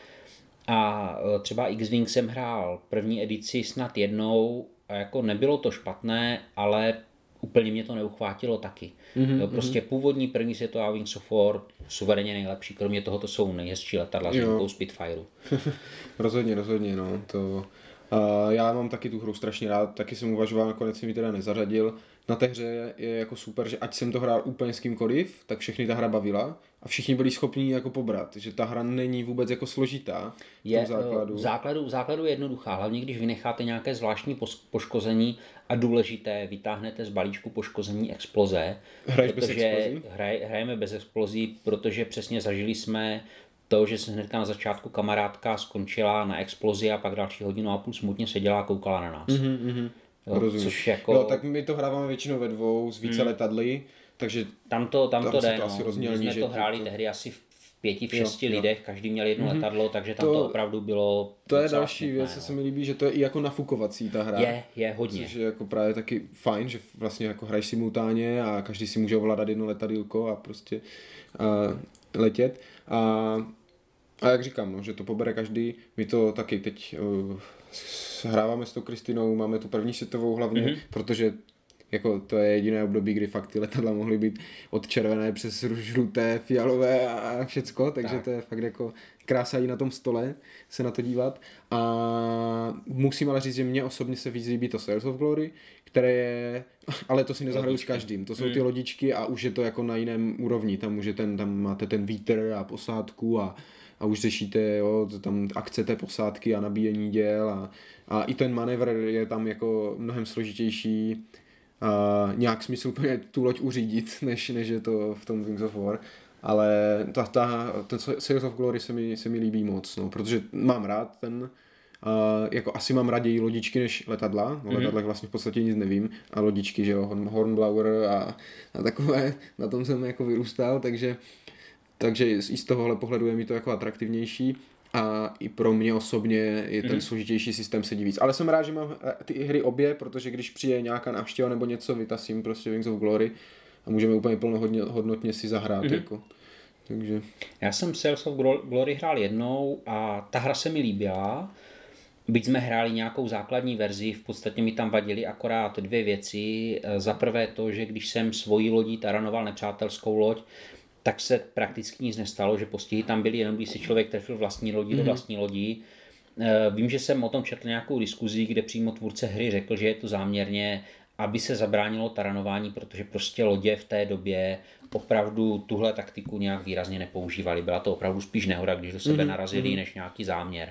S3: A třeba X-Wing jsem hrál první edici snad jednou a jako nebylo to špatné, ale úplně mě to neuchvátilo taky. Mm-hmm, jo, prostě mm-hmm. původní první světová Wings of War suverénně nejlepší, kromě toho to jsou nejhezčí letadla s výjimkou Spitfireu.
S1: rozhodně, rozhodně, no. To, uh, já mám taky tu hru strašně rád, taky jsem uvažoval, nakonec jsem ji teda nezařadil. Na té hře je jako super, že ať jsem to hrál úplně s kýmkoliv, tak všechny ta hra bavila a všichni byli schopni jako pobrat, že ta hra není vůbec jako složitá v
S3: je,
S1: tom základu.
S3: V základu, v základu je jednoduchá, hlavně když vynecháte nějaké zvláštní poškození a důležité, vytáhnete z balíčku poškození exploze.
S1: Hraješ bez explozí?
S3: Hraj, hrajeme bez explozí, protože přesně zažili jsme to, že se hnedka na začátku kamarádka skončila na explozi a pak další hodinu a půl smutně seděla a koukala na nás.
S1: Mm-hmm, mm-hmm. Jo, což jako... jo, tak my to hráváme většinou ve dvou s více hmm. letadly, takže
S3: tam to, tam
S1: tam
S3: to jde,
S1: to asi
S3: no.
S1: rozmělní,
S3: My jsme to hráli to... tehdy asi v pěti, v šesti jo, lidech, jo. Každý měl jedno mm-hmm. letadlo, takže tam to, to opravdu bylo...
S1: To je další věc, co se mi líbí, že to je i jako nafukovací ta hra.
S3: Je, je hodně.
S1: Což je jako právě taky fajn, že vlastně jako hraješ simultánně a každý si může ovládat jedno letadýlko a prostě uh, letět. A, a jak říkám, no, že to pobere každý, my to taky teď... Uh, hráváme s tou Kristinou, máme tu první světovou hlavně, mm-hmm. protože jako to je jediné období, kdy fakt ty letadla mohly být od červené přes žluté, fialové a všecko, takže tak. To je fakt jako krása i na tom stole se na to dívat. A musím ale říct, že mně osobně se víc líbí to Sails of Glory, které je, ale to si nezahraju s každým, to jsou ty lodičky a už je to jako na jiném úrovni, tam, už je ten, tam máte ten vítr a posádku a a už řešíte, jo, tam akce té posádky a nabíjení děl a, a i ten manévr je tam jako mnohem složitější a nějak smysluplně tu loď uřídit, než, než je to v tom Wings of War, ale ta, ta, ten Sails of Glory se mi, se mi líbí moc, no, protože mám rád ten, a jako asi mám raději lodičky než letadla, o letadlech vlastně v podstatě nic nevím a lodičky, že jo, Hornblower a, a takové, na tom jsem jako vyrůstal, takže Takže i z tohohle pohledu je mi to jako atraktivnější a i pro mě osobně je ten mm-hmm. složitější systém sedí víc. Ale jsem rád, že mám ty hry obě, protože když přijde nějaká návštěva nebo něco, vytasím prostě Wings of Glory a můžeme úplně plnohodnotně si zahrát. Mm-hmm. Jako. Takže...
S3: Já jsem Sails of Glory hrál jednou a ta hra se mi líbila. Byť jsme hráli nějakou základní verzi, v podstatě mi tam vadily akorát dvě věci. Za prvé to, že když jsem svojí lodí taranoval nepřátelskou loď, tak se prakticky nic nestalo, že postihy tam byly jenom, když si člověk trefil vlastní lodi mm-hmm. do vlastní lodí. Vím, že jsem o tom četl nějakou diskuzi, kde přímo tvůrce hry řekl, že je to záměrně, aby se zabránilo taranování, protože prostě lodě v té době opravdu tuhle taktiku nějak výrazně nepoužívali. Byla to opravdu spíš nehoda, když do sebe mm-hmm. narazili, než nějaký záměr.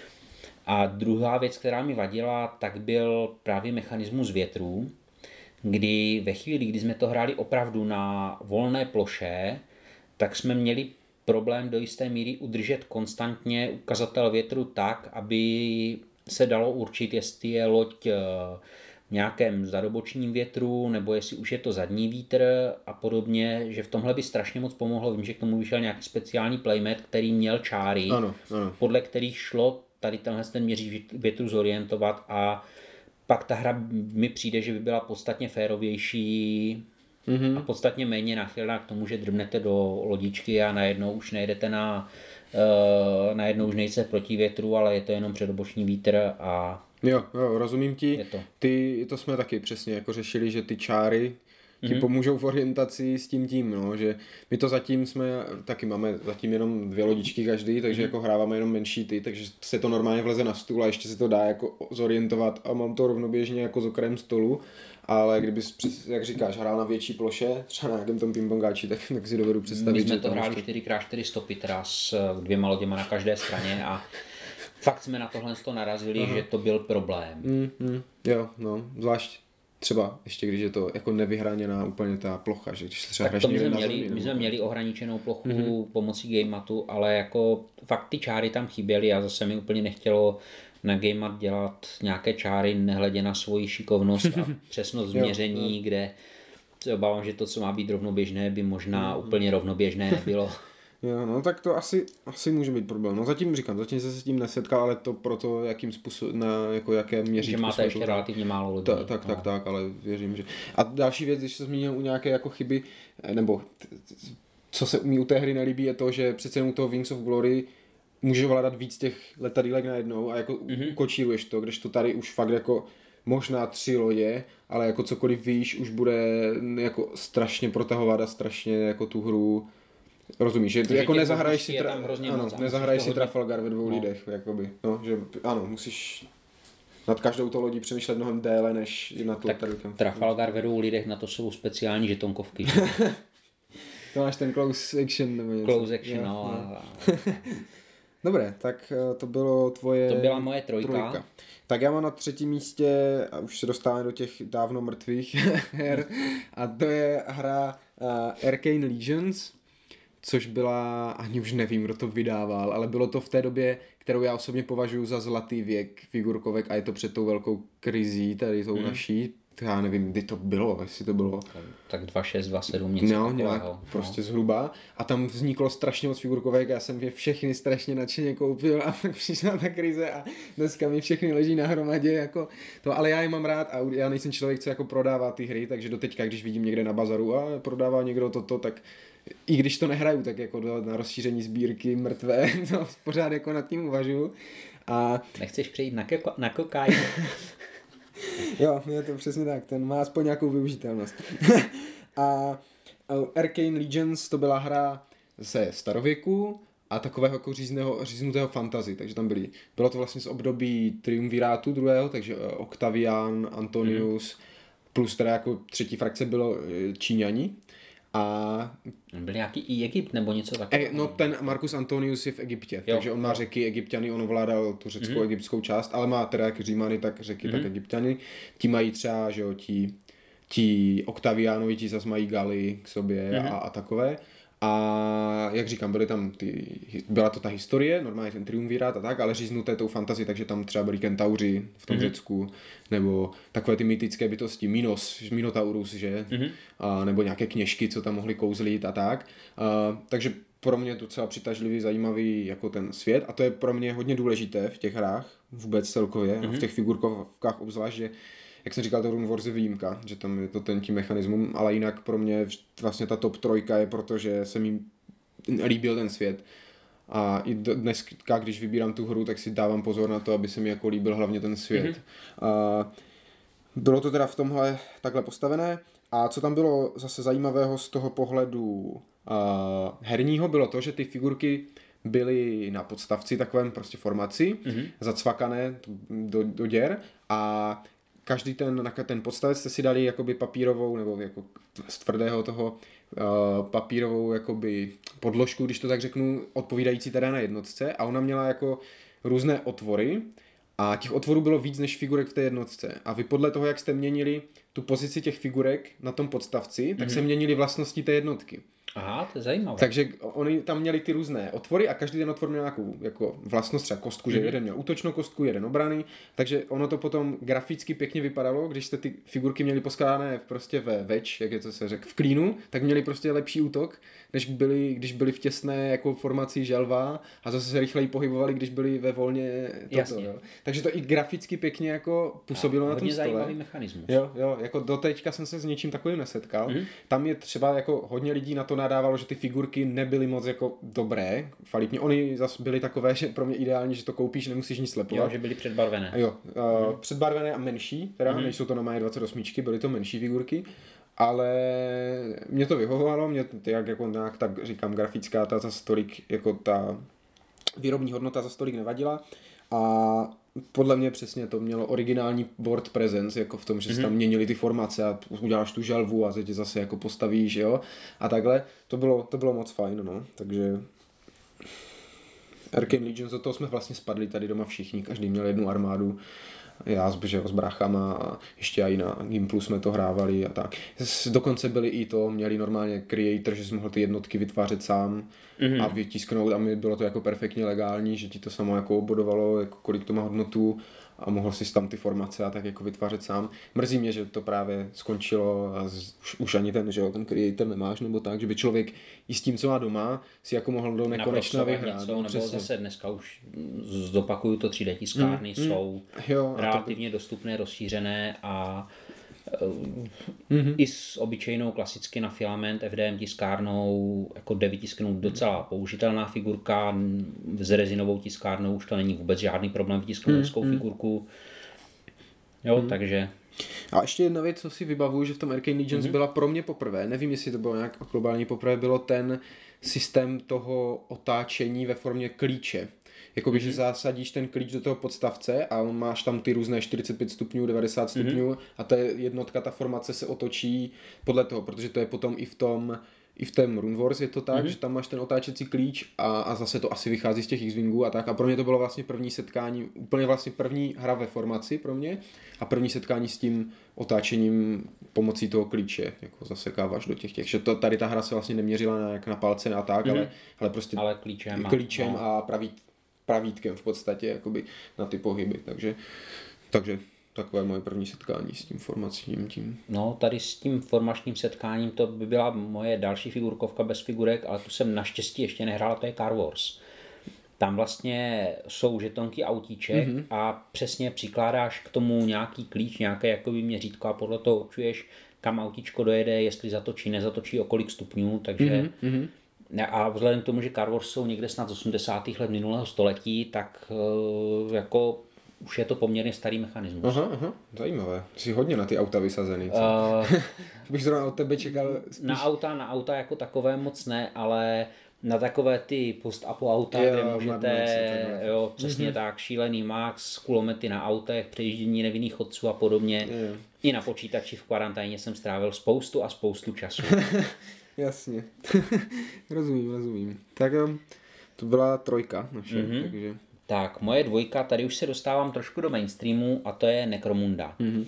S3: A druhá věc, která mi vadila, tak byl právě mechanismus větrů, kdy ve chvíli, kdy jsme to hráli opravdu na volné ploše, tak jsme měli problém do jisté míry udržet konstantně ukazatel větru tak, aby se dalo určit, jestli je loď v nějakém zadobočním větru, nebo jestli už je to zadní vítr a podobně, že v tomhle by strašně moc pomohlo. Vím, že k tomu vyšel nějaký speciální playmat, který měl čáry,
S1: ano, ano.
S3: podle kterých šlo tady tenhle ten měříč větru zorientovat a pak ta hra mi přijde, že by byla podstatně férovější mm-hmm. a podstatně méně náchylná k tomu, že drbnete do lodičky a najednou už nejdete na uh, najednou už nejde proti větru, ale je to jenom předoboční vítr a
S1: jo, jo, rozumím ti.
S3: To.
S1: Ty, to jsme taky přesně jako řešili, že ty čáry ti mm-hmm. pomůžou v orientaci s tím tím, no, že my to zatím jsme, taky máme zatím jenom dvě lodičky každý, takže mm-hmm. jako hráváme jenom menší ty, takže se to normálně vleze na stůl a ještě se to dá jako zorientovat a mám to rovnoběžně jako s okrajem stolu, ale kdybys, jak říkáš, hrál na větší ploše, třeba na nějakém tom pingpongáči, tak, tak si dovedu představit.
S3: My jsme to hráli čtyři krát čtyři stopy, teda s dvěma loděma na každé straně a Fakt jsme na tohle to narazili, Aha. že to byl problém.
S1: Mm, mm, jo, no, zvlášť třeba ještě když je to jako nevyhraněná úplně ta plocha, že když se třeba
S3: tak to my jsme, měli, zemi, my jsme měli ohraničenou plochu mm-hmm. pomocí gamematu, ale jako fakt ty čáry tam chyběly a zase mi úplně nechtělo na gamemat dělat nějaké čáry nehledě na svoji šikovnost a přesnost změření, jo, kde se obávám, že to, co má být rovnoběžné, by možná mm-hmm. úplně rovnoběžné nebylo.
S1: Jo, no tak to asi, asi může být problém. No zatím říkám, zatím se s tím nesetkal, ale to proto, jakým způsobem, na jako jaké měřítko.
S3: Že máte ještě relativně málo lidí.
S1: Ta, tak, no. tak, tak, ale věřím, že... A další věc, když se zmínil u nějaké jako chyby, nebo co se mi u té hry nelíbí, je to, že přece jenom u toho Wings of Glory můžeš ovládat víc těch letadílek najednou a jako mm-hmm. kočíruješ to, kdežto tady už fakt jako možná tři lodě, ale jako cokoliv víš, už bude jako strašně protahovat a strašně jako tu hru. Rozumíš, že, že jako nezahraješ si, tra- ano, nezahraješ si Trafalgar ve dvou no. lidech, jakoby, no, že ano, musíš nad každou tou lodí přemýšlet mnohem déle, než nad tou letadlkem.
S3: Trafalgar ve dvou lidech, na to jsou speciální žetonkovky.
S1: To máš ten close action nebo něco.
S3: Close action, no. A...
S1: Dobré, tak to bylo tvoje...
S3: To byla moje trojka. trojka.
S1: Tak já mám na třetím místě, a už se dostáváme do těch dávno mrtvých her, a to je hra uh, Arcane Legends, což byla, ani už nevím, kdo to vydával, ale bylo to v té době, kterou já osobně považuji za zlatý věk figurkovek a je to před tou velkou krizí, tady tou mm. naší, já nevím, kdy to bylo, jestli to bylo.
S3: Tak dva šest, dva sedm, něco
S1: no,
S3: takového.
S1: Nějak, no, prostě zhruba. A tam vzniklo strašně moc figurkovek, já jsem je všechny strašně nadšeně koupil a pak přišla ta krize a dneska mi všechny leží na hromadě, jako to, ale já je mám rád a já nejsem člověk, co jako prodává ty hry, takže doteďka, když vidím někde na bazaru a prodává někdo toto, tak i když to nehraju, tak jako na rozšíření sbírky mrtvé, to pořád jako nad tím uvažuju. A...
S3: Nechceš přejít na, keko- na kokain?
S1: Jo, je to přesně tak, ten má aspoň nějakou využitelnost. A Arcane Legends to byla hra ze starověku a takového jako řízného, říznutého fantasy, takže tam byly, bylo to vlastně z období triumvirátu druhého, takže Octavian, Antonius, mm. plus teda jako třetí frakce bylo Číňani. A...
S3: Byl nějaký i Egypt nebo něco takového?
S1: E, no ten Marcus Antonius je v Egyptě, jo, takže on má jo. řeky Egypťany, on ovládal tu řeckou mm-hmm. egyptskou část, ale má teda jak Římany, tak řeky, mm-hmm. tak Egypťany. Ti mají třeba, že jo, ti, ti Octavianovi, ti zase mají Galy k sobě mm-hmm. a, a takové. A jak říkám, byly tam ty, byla to ta historie, normálně ten triumvirát a tak, ale říznuté tou fantazii, takže tam třeba byli kentauři v tom mm-hmm. Řecku, nebo takové ty mytické bytosti, Minos, Minotaurus, že? Mm-hmm. A, nebo nějaké kněžky, co tam mohly kouzlit a tak. A, takže pro mě to docela přitažlivý, zajímavý jako ten svět a to je pro mě hodně důležité v těch hrách, vůbec celkově, mm-hmm. a v těch figurkovkách obzvlášť, že jak jsem říkal, to Rune Wars je výjimka, že tam je to ten tím mechanismus, ale jinak pro mě vlastně ta top trojka je, protože se mi líbil ten svět. A i dneska, když vybírám tu hru, tak si dávám pozor na to, aby se mi jako líbil hlavně ten svět. Mm-hmm. A bylo to teda v tomhle takhle postavené. A co tam bylo zase zajímavého z toho pohledu uh, herního, bylo to, že ty figurky byly na podstavci takovém prostě formaci, mm-hmm. zacvakané do, do děr a každý ten, ten podstavec jste si dali jakoby papírovou nebo jako z tvrdého toho uh, papírovou jakoby podložku, když to tak řeknu, odpovídající teda na jednotce a ona měla jako různé otvory a těch otvorů bylo víc než figurek v té jednotce a vy podle toho, jak jste měnili tu pozici těch figurek na tom podstavci, tak mm-hmm. se měnily vlastnosti té jednotky.
S3: Aha, to je zajímavé.
S1: Takže oni tam měli ty různé otvory a každý ten otvor měl nějakou jako vlastnost, třeba kostku, mm-hmm. že jeden měl útočnou kostku, jeden obrany, takže ono to potom graficky pěkně vypadalo, když jste ty figurky měli poskládané prostě ve več, jak je to se řek, v klínu, tak měli prostě lepší útok, než byli, když byli v těsné jako formaci želva a zase se rychleji pohybovali, když byli ve volně toto, jo. Takže to i graficky pěkně jako působilo a na tom stole.
S3: Hodně zajímavý mechanismus.
S1: Jo, jo, jako doteďka jsem se s něčím takovým nesetkal. Mm-hmm. Tam je třeba jako hodně lidí na to nadávalo, že ty figurky nebyly moc jako dobré, kvalitně. Oni zase byly takové, že pro mě ideální, že to koupíš, nemusíš nic slepovat.
S3: Jo, že byly předbarvené.
S1: Jo, uh, mm. předbarvené a menší, teda mm. nejsou to normálně dvacet osm, byly to menší figurky, ale mě to vyhovovalo, mě jak jako nějak tak říkám grafická ta za stolik, jako ta výrobní hodnota za stolik nevadila a podle mě přesně to mělo originální board presence, jako v tom, že mm-hmm. se tam měnily ty formace a uděláš tu želvu a tě zase jako postavíš, jo, a takhle, to bylo, to bylo moc fajn, no, takže Arcane Legions, do toho jsme vlastně spadli tady doma všichni, každý měl jednu armádu. Já s, že, s bráchama a ještě i na Gimplu jsme to hrávali a tak. Dokonce byli i to, měli normálně creator, že jsi mohl ty jednotky vytvářet sám mm-hmm. a vytisknout a mi bylo to jako perfektně legální, že ti to samo jako obodovalo, jako kolik to má hodnotu a mohl si tam ty formace a tak jako vytvářet sám. Mrzí mě, že to právě skončilo a z, už, už ani ten, že jo, ten creator nemáš nebo tak, že by člověk i s tím, co má doma, si jako mohl do nekonečna vyhrát.
S3: Něco, nebo zase dneska už zopakuju to tři dé tiskárny mm, jsou jo, relativně by... dostupné, rozšířené a mm-hmm. i s obyčejnou klasicky na filament F D M tiskárnou jako jde vytisknout docela použitelná figurka, s rezinovou tiskárnou už to není vůbec žádný problém vytisknout hezkou mm-hmm. figurku. Jo, mm-hmm. takže...
S1: A ještě jedna věc, co si vybavuju, že v tom Arcane Legions mm-hmm. byla pro mě poprvé, nevím, jestli to bylo nějak globální poprvé, bylo ten systém toho otáčení ve formě klíče. Jakoby, mm-hmm. že zásadíš ten klíč do toho podstavce a máš tam ty různé čtyřicet pět stupňů, devadesát stupňů mm-hmm. a ta jednotka, ta formace se otočí podle toho, protože to je potom i v tom i v tom Rune Wars je to tak, mm-hmm. že tam máš ten otáčecí klíč a, a zase to asi vychází z těch X-Wingů a tak a pro mě to bylo vlastně první setkání, úplně vlastně první hra ve formaci pro mě a první setkání s tím otáčením pomocí toho klíče, jako zasekáváš do těch těch, že to, tady ta hra se vlastně neměřila na, jak na palce a tak, mm-hmm. ale, ale prostě
S3: ale klíčem,
S1: klíčem
S3: a,
S1: a pravý, pravítkem v podstatě jakoby na ty pohyby, takže, takže takové moje první setkání s tím formacím tím.
S3: No, tady s tím formačním setkáním to by byla moje další figurkovka bez figurek, ale tu jsem naštěstí ještě nehrál, to je Car Wars. Tam vlastně jsou žetonky autíček mm-hmm. a přesně přikládáš k tomu nějaký klíč, nějaké jakoby měřítko a podle toho určuješ, kam autíčko dojede, jestli zatočí, nezatočí, o kolik stupňů, takže mm-hmm. a vzhledem k tomu, že Car Wars jsou někde snad z osmdesátých let minulého století, tak jako už je to poměrně starý mechanismus.
S1: Aha, aha, zajímavé. Jsi hodně na ty auta vysazený. Uh, bych zrovna od tebe čekal spíš...
S3: Na auta, na auta jako takové moc ne, ale na takové ty post-apo auta, jo, kde můžete, jo, přesně mm-hmm. tak, šílený max, kulomety na autech, přejíždění nevinných chodců a podobně. Jo. I na počítači v karanténě jsem strávil spoustu a spoustu času.
S1: Jasně. rozumím, rozumím. Tak to byla trojka naše, mm-hmm. takže...
S3: Tak, moje dvojka, tady už se dostávám trošku do mainstreamu a to je Necromunda. Mm-hmm.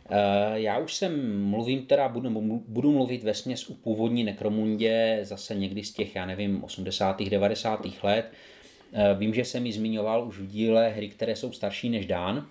S3: Já už jsem mluvím, teda budu, budu mluvit vesměs o původní Necromundě zase někdy z těch, já nevím, osmdesátých, devadesátých let. Vím, že jsem ji zmiňoval už v díle hry, které jsou starší než Dán.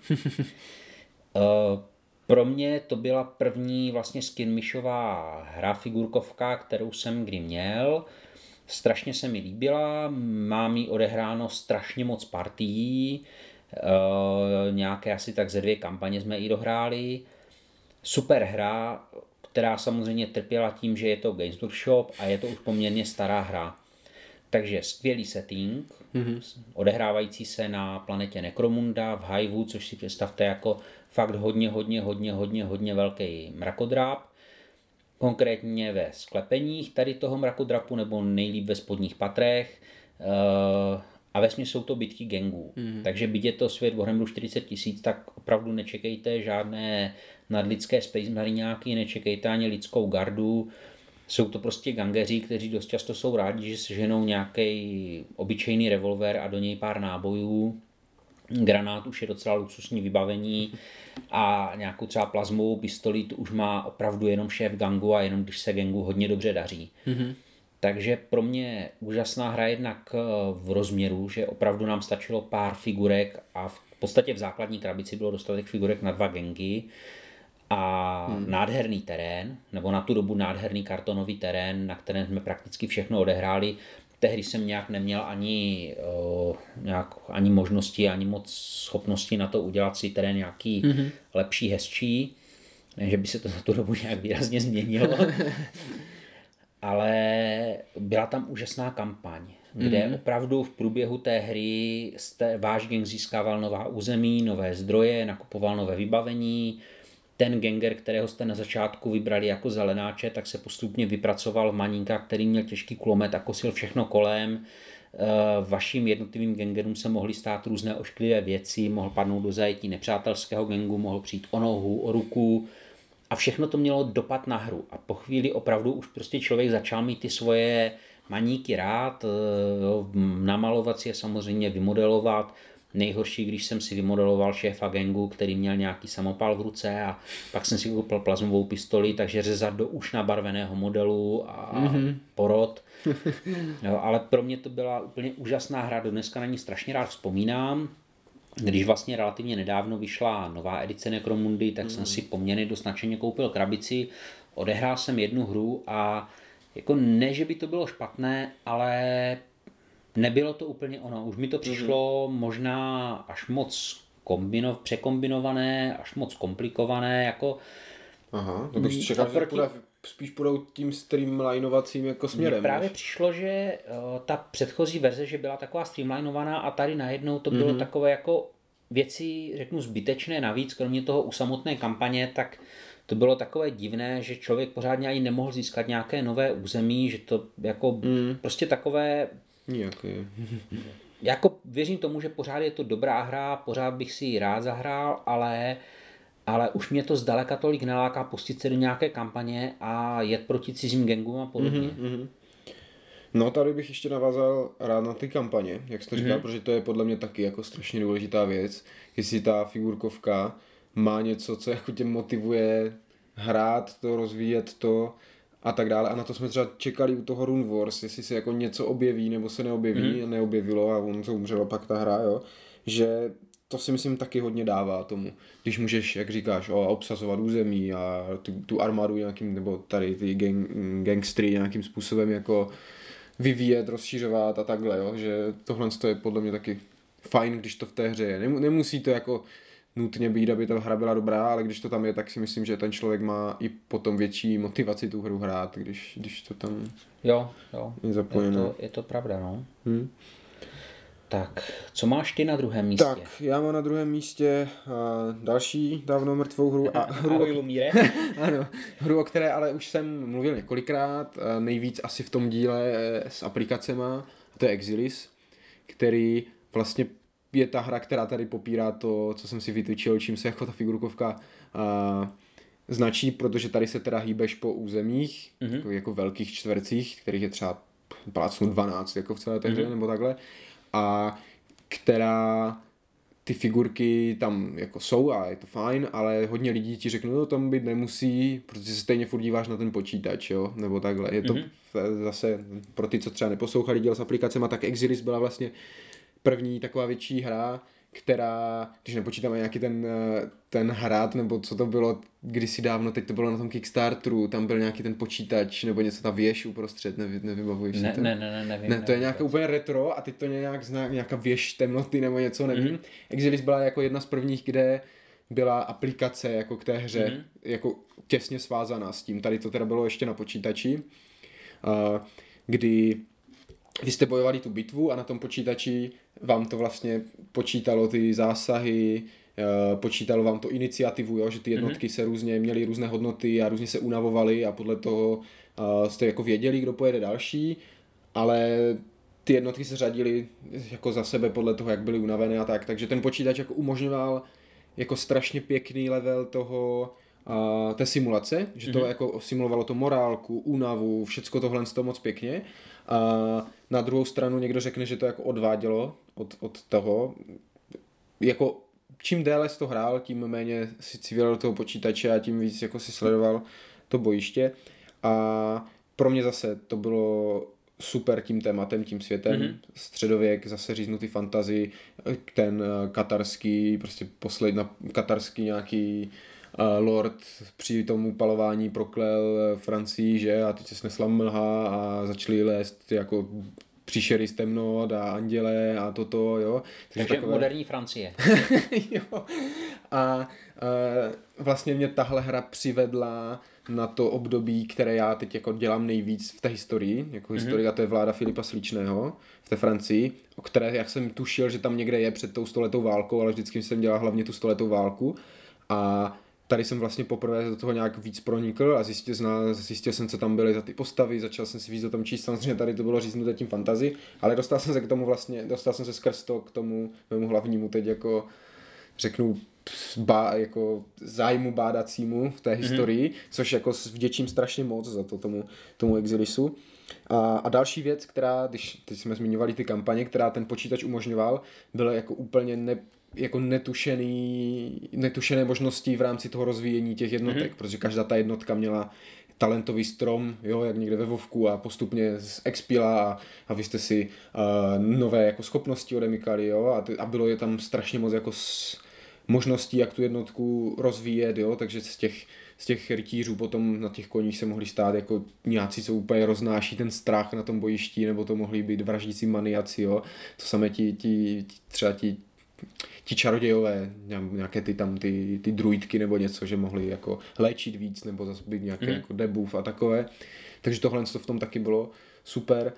S3: Pro mě to byla první vlastně skinmishová hra, figurkovka, kterou jsem kdy měl. Strašně se mi líbila, mám jí odehráno strašně moc partií, e, nějaké asi tak ze dvě kampaně jsme ji dohráli. Super hra, která samozřejmě trpěla tím, že je to Games Workshop a je to už poměrně stará hra. Takže skvělý setting, mm-hmm. odehrávající se na planetě Necromunda v Hiveu, což si představte jako fakt hodně, hodně, hodně, hodně, hodně velký mrakodráp. Konkrétně ve sklepeních tady toho mrakodrapu nebo nejlíp ve spodních patrech a vesměs jsou to bitky gangů. Mm. Takže byť je to svět Warhammeru čtyřicet tisíc, tak opravdu nečekejte žádné nadlidské space mariňáky, nečekejte ani lidskou gardu. Jsou to prostě gangeři, kteří dost často jsou rádi, že seženou nějaký obyčejný revolver a do něj pár nábojů. Granát už je docela luxusní vybavení a nějakou třeba plazmovou pistoli to už má opravdu jenom šéf gangu a jenom když se gangu hodně dobře daří. Mm-hmm. Takže pro mě úžasná hra jednak v rozměru, že opravdu nám stačilo pár figurek a v podstatě v základní krabici bylo dostatek figurek na dva gangy a hmm. nádherný terén, nebo na tu dobu nádherný kartonový terén, na kterém jsme prakticky všechno odehráli. Tehdy jsem nějak neměl ani, uh, nějak, ani možnosti, ani moc schopnosti na to udělat si terén nějaký mm-hmm. lepší, hezčí. Ne, že by se to za tu dobu nějak výrazně změnilo. Ale byla tam úžasná kampaň, kde mm-hmm. opravdu v průběhu té hry jste, váš gang získával nová území, nové zdroje, nakupoval nové vybavení. Ten ganger, kterého jste na začátku vybrali jako zelenáče, tak se postupně vypracoval v maninka, který měl těžký kulomet a kosil všechno kolem. Vašim jednotlivým gangerům se mohly stát různé ošklivé věci, mohl padnout do zajetí nepřátelského gangu, mohl přijít o nohu, o ruku a všechno to mělo dopad na hru. A po chvíli opravdu už prostě člověk začal mít ty svoje maníky rád, jo, namalovat si je samozřejmě, vymodelovat. Nejhorší, když jsem si vymodeloval šéfa gangu, který měl nějaký samopal v ruce a pak jsem si koupil plazmovou pistoli, takže řezat do už nabarveného modelu a mm-hmm. porod. Jo, ale pro mě to byla úplně úžasná hra, do dneska na ní strašně rád vzpomínám. Když vlastně relativně nedávno vyšla nová edice Necromundi, tak mm. jsem si poměrně dost nadšeně koupil krabici, odehrál jsem jednu hru a jako ne, že by to bylo špatné, ale nebylo to úplně ono. Už mi to přišlo mm. možná až moc kombino, překombinované, až moc komplikované, jako...
S1: Aha, to bych čekal, že půjde, spíš půjdou tím streamlinovacím jako směrem.
S3: Mně právě než... přišlo, že uh, ta předchozí verze, že byla taková streamlinovaná a tady najednou to bylo mm-hmm. takové jako věci, řeknu, zbytečné navíc, kromě toho u samotné kampaně, tak to bylo takové divné, že člověk pořádně ani nemohl získat nějaké nové území, že to jako mm. prostě takové...
S1: Nějaké.
S3: Jako věřím tomu, že pořád je to dobrá hra, pořád bych si ji rád zahrál, ale... ale už mě to zdaleka tolik neláká pustit se do nějaké kampaně a jet proti cizím gangům a podobně.
S1: Mm-hmm. No tady bych ještě navázal rád na ty kampaně, jak jsi to říkal, mm-hmm. protože to je podle mě taky jako strašně důležitá věc, jestli ta figurkovka má něco, co jako tě motivuje hrát to, rozvíjet to a tak dále. A na to jsme třeba čekali u toho Rune Wars, jestli se jako něco objeví nebo se neobjeví mm-hmm. a neobjevilo a on to umřelo pak ta hra, jo, že to si myslím taky hodně dává tomu, když můžeš, jak říkáš, o, obsazovat území a tu, tu armádu nějakým, nebo tady ty gang, gangstry nějakým způsobem jako vyvíjet, rozšířovat a takhle, jo, že tohle je podle mě taky fajn, když to v té hře je. Nemusí to jako nutně být, aby ta hra byla dobrá, ale když to tam je, tak si myslím, že ten člověk má i potom větší motivaci tu hru hrát, když, když to tam
S3: jo, jo.
S1: je zapojené.
S3: Je to, je to pravda, no.
S1: Hmm.
S3: Tak, co máš ty na druhém místě?
S1: Tak, já mám na druhém místě uh, další dávno mrtvou hru. A hru
S3: Ahoj, Lumíre.
S1: Ano, hru, o které ale už jsem mluvil několikrát, uh, nejvíc asi v tom díle uh, s aplikacema, a to je Exilis, který vlastně je ta hra, která tady popírá to, co jsem si vytyčil, čím se jako ta figurkovka uh, značí, protože tady se teda hýbeš po územích, mm-hmm. jako, jako velkých čtvercích, kterých je třeba plácnu dvanáct jako v celé té hře, mm-hmm. nebo takhle. A která ty figurky tam jako jsou a je to fajn, ale hodně lidí ti řeknou, no tam být nemusí, protože se stejně furt díváš na ten počítač, jo, nebo takhle. Je to mm-hmm. zase pro ty, co třeba neposlouchali díl s aplikacemi, tak Exilis byla vlastně první taková větší hra, která, když nepočítáme nějaký ten, ten hrát, nebo co to bylo kdysi dávno, teď to bylo na tom Kickstarteru, tam byl nějaký ten počítač, nebo něco, ta věž uprostřed, nevy, nevybavuješ
S3: ne,
S1: si to?
S3: Ne, ne, ne, nevím.
S1: Ne, to je nějaká úplně retro a teď to nějak zná, nějaká věž temnoty nebo něco, nevím. Mm-hmm. Exilis byla jako jedna z prvních, kde byla aplikace jako k té hře, mm-hmm. jako těsně svázaná s tím. Tady to teda bylo ještě na počítači, kdy vy jste bojovali tu bitvu a na tom počítači vám to vlastně počítalo ty zásahy, počítalo vám to iniciativu, jo? Že ty jednotky mm-hmm. se různě měly různé hodnoty a různě se unavovaly a podle toho jste jako věděli, kdo pojede další, ale ty jednotky se řadily jako za sebe podle toho, jak byly unavené a tak, takže ten počítač jako umožňoval jako strašně pěkný level toho a té simulace, že to mm-hmm. jako simulovalo to morálku, únavu, všecko tohle z toho moc pěkně. A na druhou stranu někdo řekne, že to jako odvádělo od, od toho. Jako čím déle jsi to hrál, tím méně si cívěl do toho počítače a tím víc jako si sledoval to bojiště. A pro mě zase to bylo super tím tématem, tím světem. Mm-hmm. Středověk, zase říznutý fantasy, ten katarský, prostě poslední katarský nějaký Uh, Lord při tom upalování proklel Francii, že, a teď se snesla mlha a začali lézt jako příšery z temnot a anděle a toto, jo.
S3: Takže, Takže takové... moderní Francie.
S1: Jo. A uh, vlastně mě tahle hra přivedla na to období, které já teď jako dělám nejvíc v té historii, jako mm-hmm. historii, a to je vláda Filipa Slíčného v té Francii, o které jak jsem tušil, že tam někde je před tou stoletou válkou, ale vždycky jsem dělal hlavně tu stoletou válku a tady jsem vlastně poprvé do toho nějak víc pronikl a zjistil, zjistil jsem, co tam byly za ty postavy, začal jsem si víc o tom číst, samozřejmě tady to bylo říznuté tím fantasy, ale dostal jsem se k tomu vlastně, dostal jsem se skrz to k tomu mému hlavnímu teď jako řeknu bá, jako zájmu bádacímu v té historii, mm-hmm. což jako vděčím strašně moc za to tomu, tomu Exilisu. A, a další věc, která, když teď jsme zmiňovali ty kampaně, která ten počítač umožňoval, byla jako úplně ne, jako netušený, netušené možnosti v rámci toho rozvíjení těch jednotek, mm-hmm. protože každá ta jednotka měla talentový strom, jo, jak někde ve Vovku a postupně z expila a, a vy jste si uh, nové jako schopnosti odemykali, jo, a, t- a bylo je tam strašně moc jako s možností, jak tu jednotku rozvíjet, jo, takže z těch, z těch rytířů potom na těch koních se mohli stát jako nějací, co úplně roznáší ten strach na tom bojišti, nebo to mohli být vraždící maniaci, jo, to samé ti, ti, ti třeba ti ti čarodějové, nějaké ty tam ty, ty druidky nebo něco, že mohli jako léčit víc nebo zase být nějaký mm. jako debuff a takové. Takže tohle to v tom taky bylo super.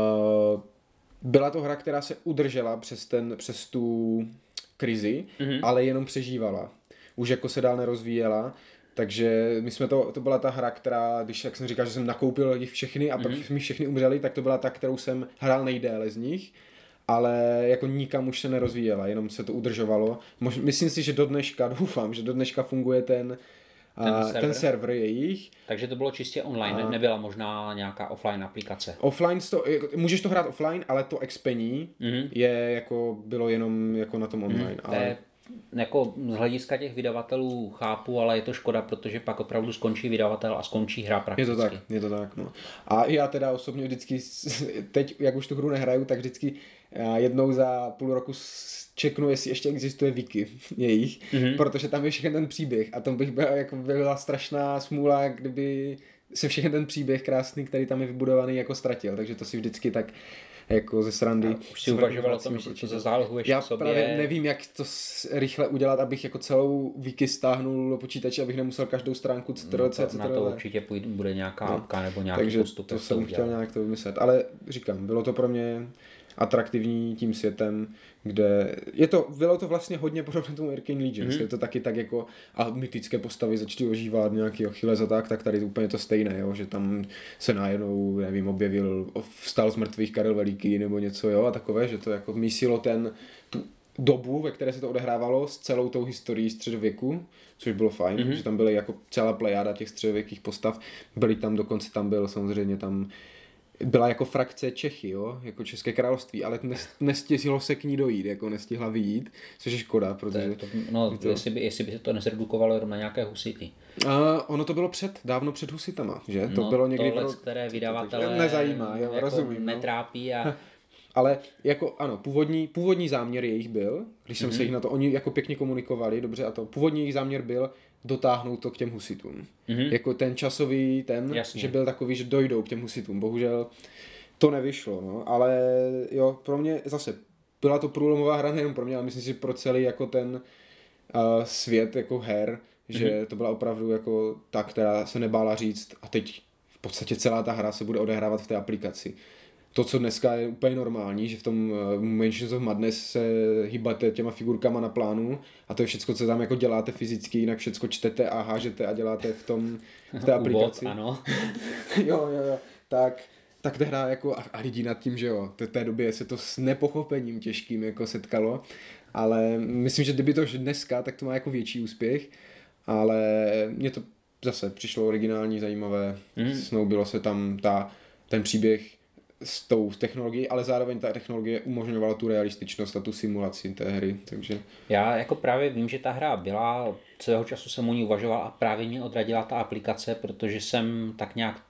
S1: Uh, byla to hra, která se udržela přes, ten, přes tu krizi, mm. ale jenom přežívala. Už jako se dál nerozvíjela. Takže my jsme to, to byla ta hra, která, když jak jsem říkal, že jsem nakoupil jich všechny a mm. pak mi všechny umřeli, tak to byla ta, kterou jsem hrál nejdéle z nich. Ale jako nikam už se nerozvíjela, jenom se to udržovalo. Mož, myslím si, že do dneška, doufám, že do dneška funguje ten, ten, a, server. ten server jejich.
S3: Takže to bylo čistě online, a... nebyla možná nějaká offline aplikace.
S1: Offline, to, můžeš to hrát offline, ale to expení mm-hmm. je jako, bylo jenom jako na tom online. Mm, ale...
S3: Jako z hlediska těch vydavatelů chápu, ale je to škoda, protože pak opravdu skončí vydavatel a skončí hra prakticky.
S1: Je to tak, je to tak, no. A já teda osobně vždycky, teď jak už tu hru nehraju, tak vždycky jednou za půl roku čeknu, jestli ještě existuje wiki jejich, mm-hmm. protože tam je všechny ten příběh a tam bych byla, jako byla strašná smůla, kdyby se všechny ten příběh krásný, který tam je vybudovaný, jako ztratil, takže to si vždycky tak jako ze srandy.
S3: A už si uvažoval o tom, že to za zálohuješ
S1: Já
S3: sobě.
S1: právě nevím, jak to rychle udělat, abych jako celou wiki stáhnul do počítače, abych nemusel každou stránku ctrl,
S3: no to, na to určitě půjde, bude nějaká no. apka nebo nějaký
S1: Takže
S3: postup.
S1: Takže to jsem chtěl nějak to vymyslet, ale říkám, bylo to pro mě atraktivní tím světem, kde je to, bylo to vlastně hodně podobné tomu Arcane Legends, mm-hmm. je to taky tak jako a mytické postavy začaly ožívat nějaký Achilles a tak, tak tady úplně to stejné, jo, že tam se najednou, nevím, objevil, vstal z mrtvých Karel Veliký nebo něco, jo, a takové, že to jako mísilo ten, tu dobu, ve které se to odehrávalo s celou tou historií středověku, což bylo fajn, mm-hmm. že tam byly jako celá plejáda těch středověkých postav, byly tam dokonce, tam byl samozřejmě tam byla jako frakce Čechy, jo, jako České království, ale nestihlo se k ní dojít, jako nestihla vyjít, což je škoda, protože...
S3: To, no, to... Jestli, by, jestli by se to nezredukovalo jenom na nějaké husity.
S1: A ono to bylo před, dávno před husitama, že? To
S3: no,
S1: bylo někdy...
S3: Tohle, které vydavatele
S1: nezajímá, jo,
S3: jako
S1: rozumím.
S3: Netrápí a...
S1: Ale jako ano, původní, původní záměr jejich byl, když jsem mm-hmm. se jich na to, oni jako pěkně komunikovali, dobře, a to původní jejich záměr byl dotáhnout to k těm husitům. Mm-hmm. Jako ten časový ten, Jasně. že byl takový, že dojdou k těm husitům. Bohužel to nevyšlo, no, ale jo, pro mě zase byla to průlomová hra nejen pro mě, ale myslím si pro celý jako ten uh, svět jako her, že mm-hmm. to byla opravdu jako ta, která se nebála říct a teď v podstatě celá ta hra se bude odehrávat v té aplikaci. To, co dneska je úplně normální, že v tom Mansions of Madness se hýbáte těma figurkama na plánu a to je všecko, co tam jako děláte fyzicky, jinak všecko čtete a hážete a děláte v tom, v té aplikaci.
S3: Úvod, ano.
S1: jo, jo, jo. Tak, tak ta hra jako a, a lidi nad tím, že jo, v té době se to s nepochopením těžkým jako setkalo, ale myslím, že kdyby to dneska, tak to má jako větší úspěch, ale mně to zase přišlo originální, zajímavé, mm. snoubilo se tam ta, ten příběh s tou technologií, ale zároveň ta technologie umožňovala tu realističnost a tu simulaci té hry, takže...
S3: Já jako právě vím, že ta hra byla, celého času jsem o ní uvažoval a právě mě odradila ta aplikace, protože jsem tak nějak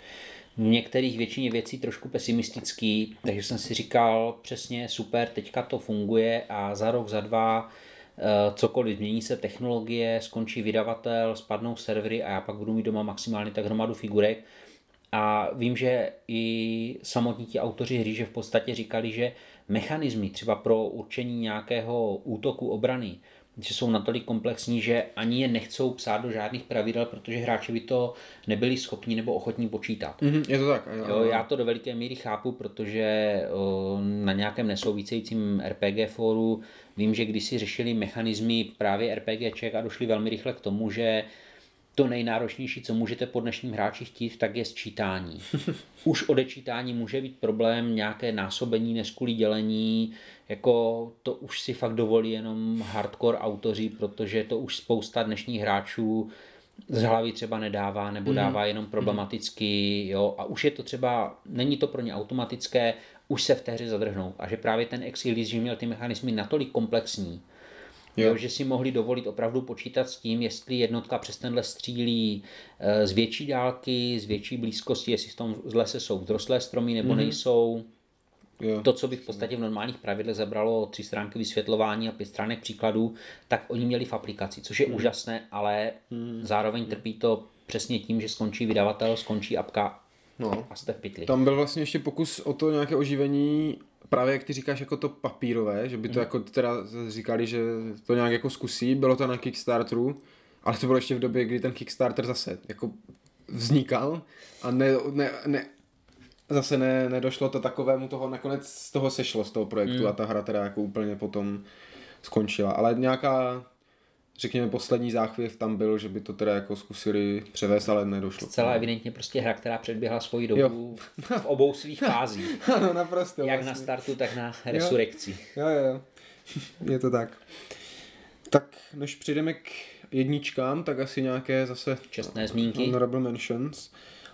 S3: v některých většině věcí trošku pesimistický, takže jsem si říkal přesně super, teďka to funguje a za rok, za dva cokoliv, změní se technologie, skončí vydavatel, spadnou servery a já pak budu mít doma maximálně tak hromadu figurek. A vím, že i samotní ti autoři hry, že v podstatě říkali, že mechanismy třeba pro určení nějakého útoku obrany, že jsou natolik komplexní, že ani je nechcou psát do žádných pravidel, protože hráči by to nebyli schopni nebo ochotní počítat.
S1: Mm-hmm, je to tak. Jo,
S3: jo, já to do veliké míry chápu, protože o, na nějakém nesouvisejícím R P G fóru vím, že když si řešili mechanismy právě RPGček a došli velmi rychle k tomu, že to nejnáročnější, co můžete po dnešním hráči chtít, tak je sčítání. Už odečítání může být problém, nějaké násobení, neskulí dělení, jako to už si fakt dovolí jenom hardcore autoři, protože to už spousta dnešních hráčů z hlavy třeba nedává, nebo dává jenom problematicky, jo, a už je to třeba, není to pro ně automatické, už se v té hře zadrhnou. A že právě ten Exilius, že měl ty mechanismy natolik komplexní, Jo. Jo, že si mohli dovolit opravdu počítat s tím, jestli jednotka přes tenhle střílí z větší dálky, z větší blízkosti, jestli v tom lese jsou vzrostlé stromy nebo mm-hmm. nejsou. Jo. To, co by v podstatě v normálních pravidlech zabralo tři stránky vysvětlování a pět stránek příkladů, tak oni měli v aplikaci, což je mm. úžasné, ale mm. zároveň trpí to přesně tím, že skončí vydavatel, skončí apka no. a jste v pytli.
S1: Tam byl vlastně ještě pokus o to nějaké oživení. Právě jak ty říkáš jako to papírové, že by to mm. jako teda říkali, že to nějak jako zkusí, bylo to na Kickstarteru, ale to bylo ještě v době, kdy ten Kickstarter zase jako vznikal a ne, ne, ne zase ne, nedošlo to takovému toho, nakonec z toho sešlo z toho projektu mm. a ta hra teda jako úplně potom skončila, ale nějaká řekněme poslední záchvěv tam byl, že by to teda jako zkusili převést, ale nedošlo.
S3: Celá evidentně prostě hra, která předběhla svoji dobu v obou svých fázích.
S1: Ano, naprosto.
S3: Jak vlastně. Na startu, tak na resurrekci.
S1: Jo, jo, jo. Je to tak. Tak, než přijdeme k jedničkám, tak asi nějaké zase
S3: čestné zmínky.
S1: Honorable mentions.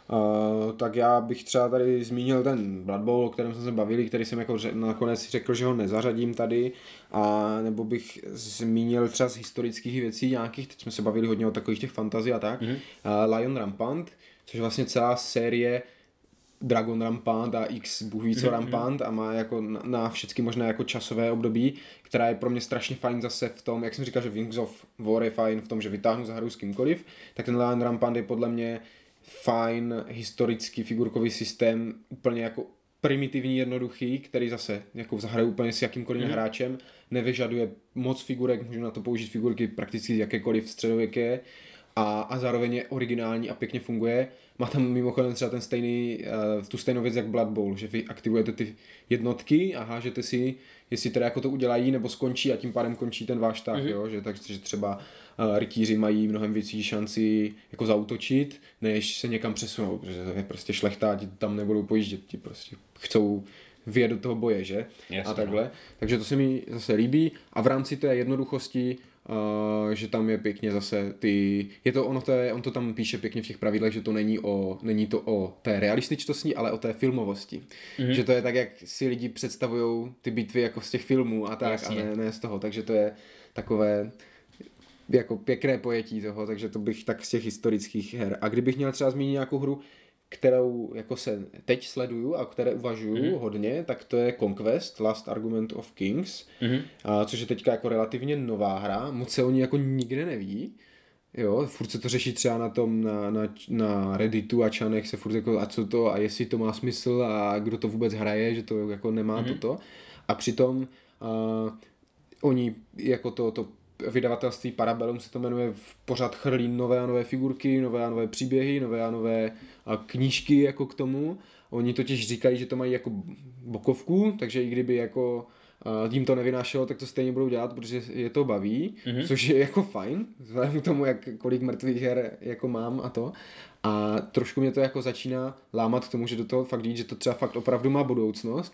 S1: Uh, tak já bych třeba tady zmínil ten Blood Bowl, o kterém jsme se bavili, který jsem jako ře- nakonec řekl, že ho nezařadím tady, a nebo bych zmínil třeba z historických věcí nějakých, teď jsme se bavili hodně o takových těch fantazí a tak, mm-hmm. uh, Lion Rampant, což je vlastně celá série Dragon Rampant a X Bůh ví co mm-hmm. Rampant a má jako na, na všechny možné jako časové období, která je pro mě strašně fajn zase v tom, jak jsem říkal, že Wings of War je fajn v tom, že vytáhnu za hru s kýmkoliv, tak ten Lion Rampant je podle mě fajn historický figurkový systém, úplně jako primitivní, jednoduchý, který zase jako zahraje úplně s jakýmkoliv mm. hráčem, nevyžaduje moc figurek, můžu na to použít figurky prakticky jakékoliv středověké a, a zároveň je originální a pěkně funguje. Má tam mimochodem třeba ten stejný, uh, tu stejnou věc jak Blood Bowl, že vy aktivujete ty jednotky a hážete si, jestli teda jako to udělají nebo skončí a tím pádem končí ten váš tah, mm. jo, že takže třeba uh, rytíři mají mnohem větší šanci jako zaútočit, než se někam přesunou, protože to je prostě šlechta, ti tam nebudou pojíždět, ti prostě chcou vyjet do toho boje, že? Jasně, a takhle. No. Takže to se mi zase líbí a v rámci té jednoduchosti Uh, že tam je pěkně zase ty, je to ono, to je, on to tam píše pěkně v těch pravidlech, že to není o, není to o té realističnosti, ale o té filmovosti. Mm-hmm. Že to je tak, jak si lidi představujou ty bitvy jako z těch filmů a tak, Jasně. a ne, ne z toho, takže to je takové jako pěkné pojetí toho, takže to bych tak z těch historických her. A kdybych měl třeba zmínit nějakou hru, kterou jako se teď sleduju a které uvažuju mm. hodně, tak to je Conquest, Last Argument of Kings, mm. a, což je teďka jako relativně nová hra, moc se o ní jako nikde neví, jo, furt se to řeší třeba na tom, na, na, na Redditu a čanech se furt jako a co to a jestli to má smysl a kdo to vůbec hraje, že to jako nemá mm. toto a přitom a, oni jako to, to vydavatelství Parabellum se to jmenuje, pořád chrlí nové a nové figurky, nové a nové příběhy, nové a nové knížky jako k tomu. Oni totiž říkají, že to mají jako bokovku, takže i kdyby jako tím to nevynášelo, tak to stejně budou dělat, protože je to baví, mm-hmm. což je jako fajn, vzhledem k tomu, jak kolik mrtvých her jako mám a to. A trošku mě to jako začíná lámat k tomu, že do toho fakt jít, že to třeba fakt opravdu má budoucnost,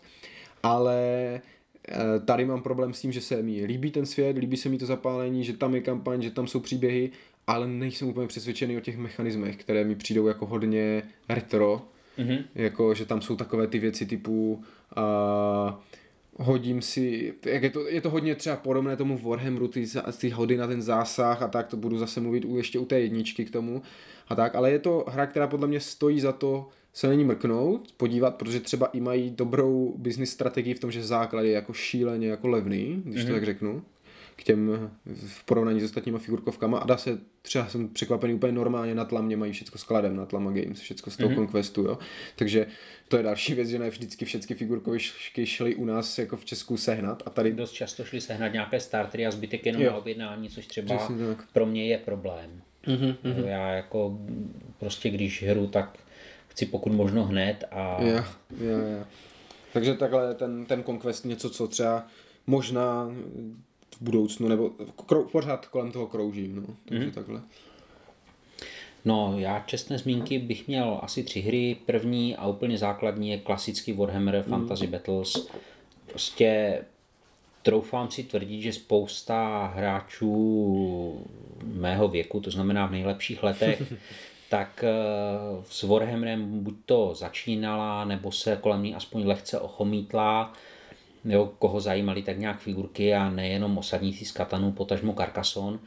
S1: ale tady mám problém s tím, že se mi líbí ten svět, líbí se mi to zapálení, že tam je kampaň, že tam jsou příběhy, ale nejsem úplně přesvědčený o těch mechanismech, které mi přijdou jako hodně retro, mm-hmm. jako že tam jsou takové ty věci typu uh, hodím si, jak je to, je to hodně třeba podobné tomu Warhammeru, ty, ty hody na ten zásah a tak, to budu zase mluvit u, ještě u té jedničky k tomu a tak, ale je to hra, která podle mě stojí za to se na ní mrknout, podívat, protože třeba i mají dobrou business strategii v tom, že základ je jako šíleně jako levný, když mm-hmm. to tak řeknu, k těm v porovnání s ostatníma figurkovkama a dá se, třeba jsem překvapený úplně normálně, na tlamě mají všecko skladem, na Tlama Games, všecko z toho mm-hmm. Conquestu, jo, takže to je další věc, že ne vždycky všechny figurkovky šly u nás jako v Česku sehnat a tady...
S3: Dost často šli sehnat nějaké startery a zbytek jenom jo. na objednání, což třeba pro mě je problém. Mm-hmm. Já jako prostě když hru, tak chci pokud možno hned a...
S1: Jo, jo, jo. Takže takhle ten, ten Conquest něco, co třeba možná v budoucnu, nebo krou, pořád kolem toho kroužím, no. Takže mm. takhle.
S3: No, já čestné zmínky bych měl asi tři hry. První a úplně základní je klasický Warhammer Fantasy mm. Battles. Prostě troufám si tvrdit, že spousta hráčů mého věku, to znamená v nejlepších letech, tak s Warhammerem buď to začínala, nebo se kolem ní aspoň lehce ochomítla, jo, koho zajímaly tak nějak figurky a nejenom osadníci z Katanu, potažmo Carcassonne.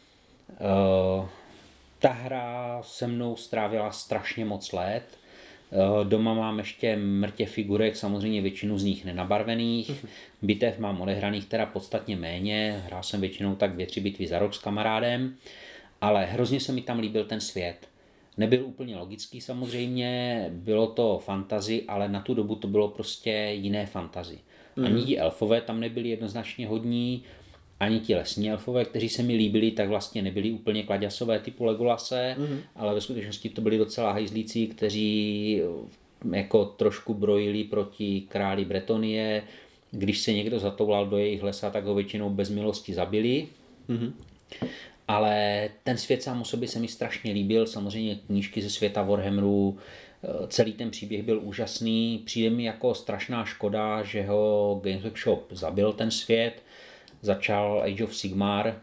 S3: Uh, ta hra se mnou strávila strašně moc let. Uh, doma mám ještě mrtě figurek, samozřejmě většinu z nich nenabarvených. Bitev mám odehraných teda podstatně méně, hrál jsem většinou tak dvě, tři bitvy za rok s kamarádem, ale hrozně se mi tam líbil ten svět. Nebyl úplně logický samozřejmě, bylo to fantasy, ale na tu dobu to bylo prostě jiné fantasy. Mm. Ani ti elfové tam nebyli jednoznačně hodní, ani ti lesní elfové, kteří se mi líbili, tak vlastně nebyli úplně kladěsové typu Legolase, mm. ale ve skutečnosti to byli docela hajzlíci, kteří jako trošku brojili proti králi Bretonie. Když se někdo zatoulal do jejich lesa, tak ho většinou bez milosti zabili. Mm. Ale ten svět sám o sobě se mi strašně líbil, samozřejmě knížky ze světa Warhammeru, celý ten příběh byl úžasný, přijde mi jako strašná škoda, že ho Games Workshop zabil ten svět, začal Age of Sigmar.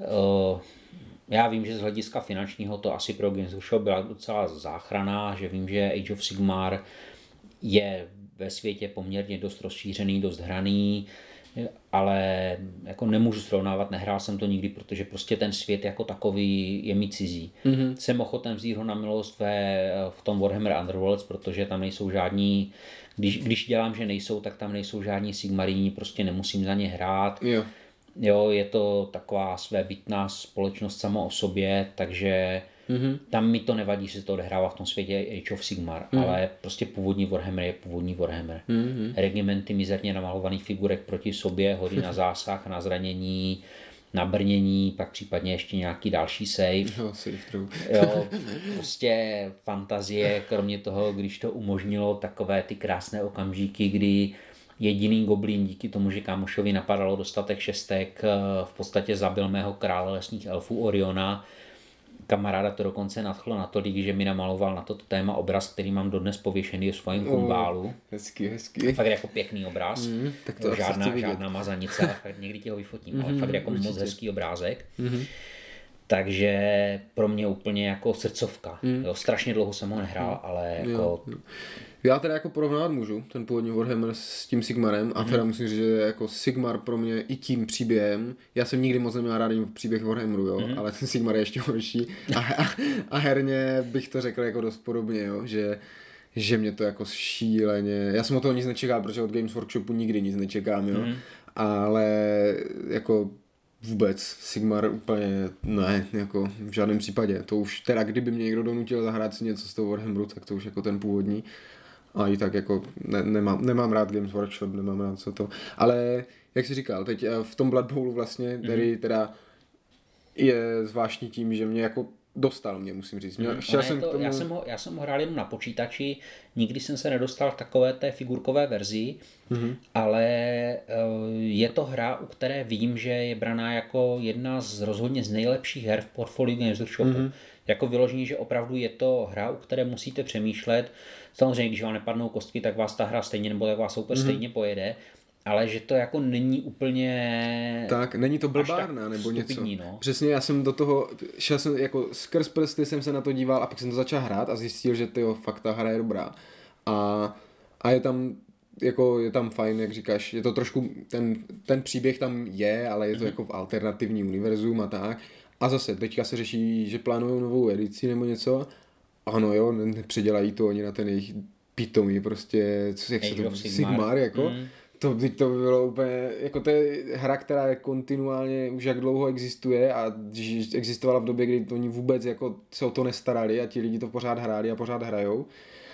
S3: Já vím, že z hlediska finančního to asi pro Games Workshop byla docela záchrana, že vím, že Age of Sigmar je ve světě poměrně dost rozšířený, dost hraný, ale jako nemůžu srovnávat, nehrál jsem to nikdy, protože prostě ten svět jako takový je mi cizí. Mm-hmm. Jsem ochoten vzít ho na milost ve, v tom Warhammer Underworlds, protože tam nejsou žádní, když, když dělám, že nejsou, tak tam nejsou žádní Sigmarini, prostě nemusím za ně hrát.
S1: Jo.
S3: Jo, je to taková svébytná společnost sama o sobě, takže mm-hmm. tam mi to nevadí, že se to odehrává v tom světě Age of Sigmar, mm. ale prostě původní Warhammer je původní Warhammer. Mm-hmm. Regimenty mizerně namalovaných figurek proti sobě, hody na zásah, na zranění, na brnění, pak případně ještě nějaký další save.
S1: No, save
S3: jo, prostě fantazie, kromě toho, když to umožnilo takové ty krásné okamžiky, kdy jediný goblin díky tomu, že kámošovi napadalo dostatek šestek, v podstatě zabil mého krále lesních elfů Oriona. Kamaráda to dokonce nadchlo natolik, že mi namaloval na toto téma obraz, který mám dodnes pověšený v svém kumbálu.
S1: Hezký, hezký.
S3: Fakt jako pěkný obraz. Mm, tak to žádná, žádná mazanice, ale fakt někdy ti ho vyfotím, mm, ale fakt jako určitě. Moc hezký obrázek. Mm. Takže pro mě úplně jako srdcovka. Mm. Jo, strašně dlouho jsem ho nehrál, mm. ale jako...
S1: Jo. Já teda jako porovnávat můžu ten původní Warhammer s tím Sigmarem a teda musím říct, že jako Sigmar pro mě i tím příběhem, já jsem nikdy moc neměl rád příběh Warhammeru, jo, mm-hmm. ale ten Sigmar je ještě horší a, a, a herně bych to řekl jako dost podobně, jo, že, že mě to jako šíleně, já jsem od toho nic nečekal, protože od Games Workshopu nikdy nic nečekám, jo, mm-hmm. ale jako vůbec Sigmar úplně ne, jako v žádném případě, to už teda kdyby mě někdo donutil zahrát si něco z toho Warhammeru, tak to už jako ten původní. A i tak jako ne, nemám, nemám rád Games Workshop, nemám rád co to. Ale jak jsi říkal, teď v tom Blood Bowlu vlastně, který teda je zvláštní tím, že mě jako dostal mě, musím říct. Mě,
S3: mm,
S1: jsem
S3: to,
S1: tomu...
S3: já, jsem ho, já jsem ho hrál jenom na počítači, nikdy jsem se nedostal k takové té figurkové verzi, mm-hmm. ale je to hra, u které vím, že je braná jako jedna z rozhodně z nejlepších her v portfoliu Games Workshopu. Mm-hmm. Jako vyložení, že opravdu je to hra, u které musíte přemýšlet. Samozřejmě, když vám nepadnou kostky, tak vás ta hra stejně, nebo tak vás soupeř mm-hmm. stejně pojede. Ale že to jako není úplně...
S1: Tak, není to blbárna nebo něco. No. Přesně, já jsem do toho, šel jsem jako skrz prsty jsem se na to díval a pak jsem to začal hrát a zjistil, že tyjo, fakt ta hra je dobrá. A, a je tam, jako je tam fajn, jak říkáš, je to trošku, ten, ten příběh tam je, ale je to mm-hmm. jako v alternativní univerzum a tak. A zase, teďka se řeší, že plánují novou edici nebo něco. Ano jo, nepředělají to oni na ten jejich pitomý prostě, co, jak se to, Sigmar, jako. Mm. To by to bylo úplně, jako to je hra, která je kontinuálně už jak dlouho existuje a existovala v době, kdy oni vůbec jako se o to nestarali a ti lidi to pořád hráli a pořád hrajou.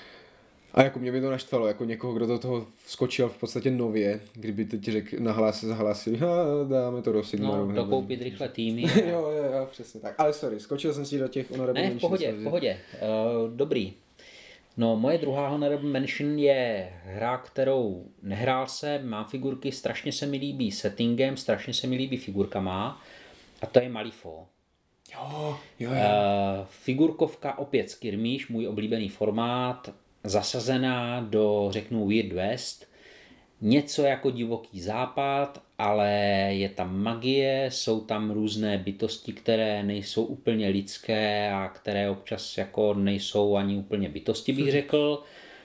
S1: A jako mě by to naštvalo, jako někoho, kdo do toho vskočil v podstatě nově, kdyby teď řekl, nahlas, zahlasili, dáme to do Sigmaru.
S3: No, dokoupit rychle týmy.
S1: jo, jo, jo, přesně tak. Ale sorry, skočil jsem si do těch honorable
S3: mentions. Ne, v pohodě, v pohodě. Uh, dobrý. No, moje druhá honorable mention je hra, kterou nehrál jsem, mám figurky, strašně se mi líbí settingem, strašně se mi líbí figurkama a to je Malifaux.
S1: Jo, jo, jo.
S3: Uh, figurkovka opět skirmish, můj oblíbený formát, zasazená do, řeknu, Weird West. Něco jako divoký západ, ale je tam magie, jsou tam různé bytosti, které nejsou úplně lidské a které občas jako nejsou ani úplně bytosti, bych řekl.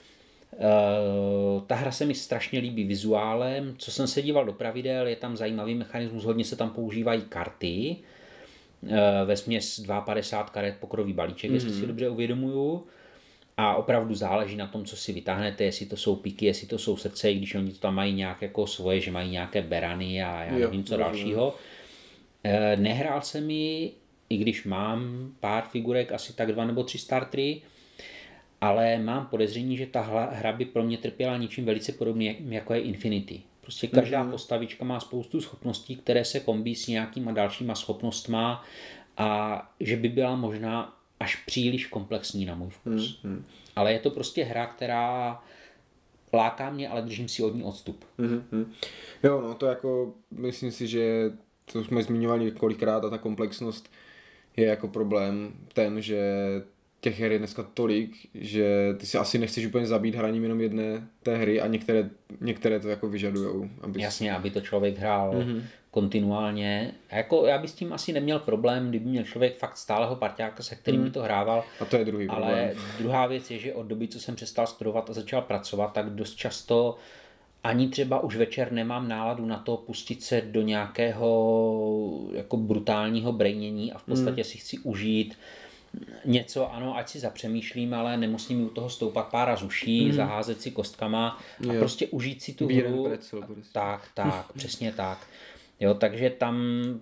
S3: Uh, ta hra se mi strašně líbí vizuálem. Co jsem se díval do pravidel, je tam zajímavý mechanismus, hodně se tam používají karty. Uh, vesměs padesát dva karet pokrový balíček, mm-hmm. jestli si dobře uvědomuju. A opravdu záleží na tom, co si vytáhnete, jestli to jsou píky, jestli to jsou srdce, i když oni to tam mají nějak jako svoje, že mají nějaké berany a já nevím co dalšího. Uh, nehrál se mi, i když mám pár figurek, asi tak dva nebo tři startery, ale mám podezření, že ta hra by pro mě trpěla něčím velice podobným, jako je Infinity. Prostě každá mm-hmm. postavička má spoustu schopností, které se kombí s nějakýma dalšíma schopnostma a že by byla možná až příliš komplexní na můj vkus. Mm-hmm. Ale je to prostě hra, která láká mě, ale držím si od ní odstup.
S1: Mm-hmm. Jo, no to jako, myslím si, že to jsme zmiňovali několikrát a ta komplexnost je jako problém ten, že těch her je dneska tolik, že ty si asi nechceš úplně zabít hraním jenom jedné té hry a některé, některé to jako vyžadujou. Abys...
S3: Jasně, aby to člověk hrál mm-hmm. kontinuálně. A jako já bych s tím asi neměl problém, kdyby měl člověk fakt stáleho parťáka, se kterým by mm. to hrával.
S1: A to je druhý
S3: ale
S1: problém.
S3: Ale druhá věc je, že od doby, co jsem přestal studovat a začal pracovat, tak dost často ani třeba už večer nemám náladu na to pustit se do nějakého jako brutálního brejnění a v podstatě mm. si chci užít něco, ano, ať si zapřemýšlím, ale nemusím mi u toho stoupat pár z uší, mm. zaházet si kostkama a jo. prostě užít si tu
S1: Bíren
S3: hru.
S1: Pretzel, prostě.
S3: Tak, tak, přesně tak. Jo, takže tam,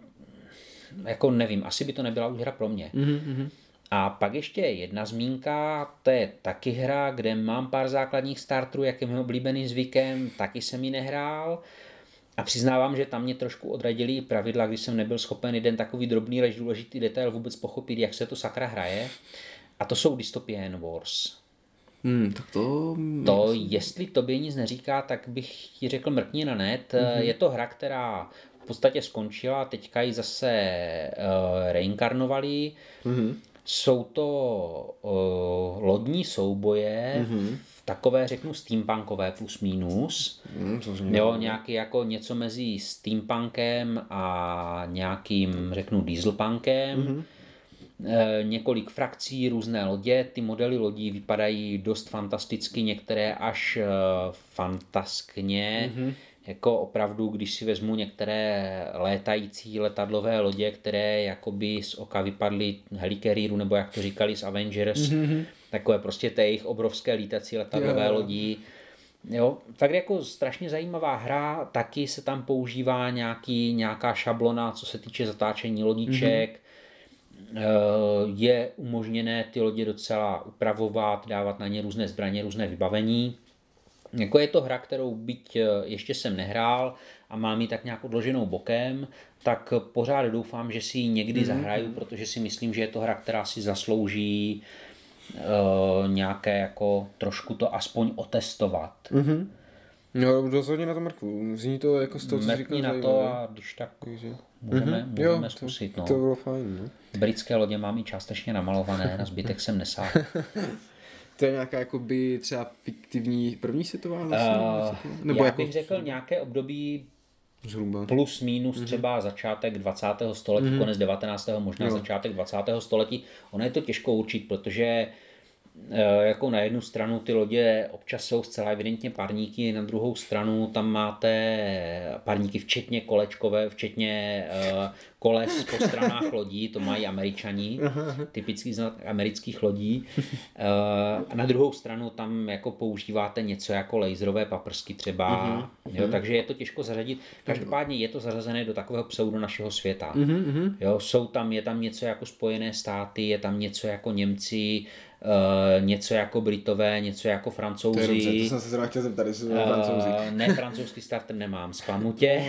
S3: jako nevím, asi by to nebyla už hra pro mě.
S1: Mm-hmm.
S3: A pak ještě jedna zmínka, to je taky hra, kde mám pár základních starterů, jak je mým oblíbeným zvykem, taky jsem ji nehrál. A přiznávám, že tam mě trošku odradili pravidla, když jsem nebyl schopen jeden takový drobný, lež důležitý detail vůbec pochopit, jak se to sakra hraje. A to jsou Dystopian Wars.
S1: Hmm, tak to...
S3: To, jestli tobě nic neříká, tak bych ti řekl mrkni na net. Mm-hmm. Je to hra, která v podstatě skončila, teďka ji zase uh, reinkarnovali. Mm-hmm. Jsou to uh, lodní souboje, mm-hmm. takové, řeknu, steampunkové plus minus.
S1: Mm,
S3: jo, nějaký jako něco mezi steampunkem a nějakým, řeknu, dieselpunkem. Mm-hmm. E, několik frakcí, různé lodě. Ty modely lodí vypadají dost fantasticky, některé až e, fantaskně. Mm-hmm. Jako opravdu, když si vezmu některé létající letadlové lodě, které jakoby z oka vypadly Helicarrieru, nebo jak to říkali z Avengers, mm-hmm. takové prostě té jejich obrovské lítací letadlové yeah. lodí. Jo, tak jako strašně zajímavá hra, taky se tam používá nějaký, nějaká šablona, co se týče zatáčení lodíček. Mm-hmm. Je umožněné ty lodě docela upravovat, dávat na ně různé zbraně, různé vybavení. Jako je to hra, kterou byť ještě jsem nehrál a mám ji tak nějak odloženou bokem, tak pořád doufám, že si ji někdy mm-hmm. zahraju, protože si myslím, že je to hra, která si zaslouží uh, nějaké jako trošku to aspoň otestovat.
S1: Mm-hmm. No, rozhodně na to mrkvu. Zní to jako z toho, co
S3: Mrkni na to a když tak můžeme, mm-hmm. můžeme
S1: jo,
S3: zkusit.
S1: To,
S3: no.
S1: to bylo fajn. No.
S3: Britské lodě mám i částečně namalované, na zbytek jsem nesáhl.
S1: To je nějaká jakoby třeba fiktivní první světová vlastně?
S3: Uh, Nebo já jako... bych řekl nějaké období
S1: zhruba.
S3: Plus minus mm-hmm. třeba začátek dvacátého století, mm-hmm. konec devatenáctého, možná jo. začátek dvacátého století. Ono je to těžko určit, protože jako na jednu stranu ty lodě občas jsou zcela evidentně parníky, na druhou stranu tam máte parníky včetně kolečkové, včetně uh, koles po stranách lodí, to mají Američani, typický znak amerických lodí. Uh, a na druhou stranu tam jako používáte něco jako laserové paprsky třeba, mm-hmm. jo, takže je to těžko zařadit. Každopádně je to zařazené do takového pseudo našeho světa. Mm-hmm. Jo, jsou tam, je tam něco jako Spojené státy, je tam něco jako Němci, Uh, něco jako Britové, něco jako Francouzi.
S1: To je dobře, to jsem se zrovna chtěl zeptat, jestli jsou uh, Francouzi.
S3: Ne, francouzský starter nemám, zklamu tě.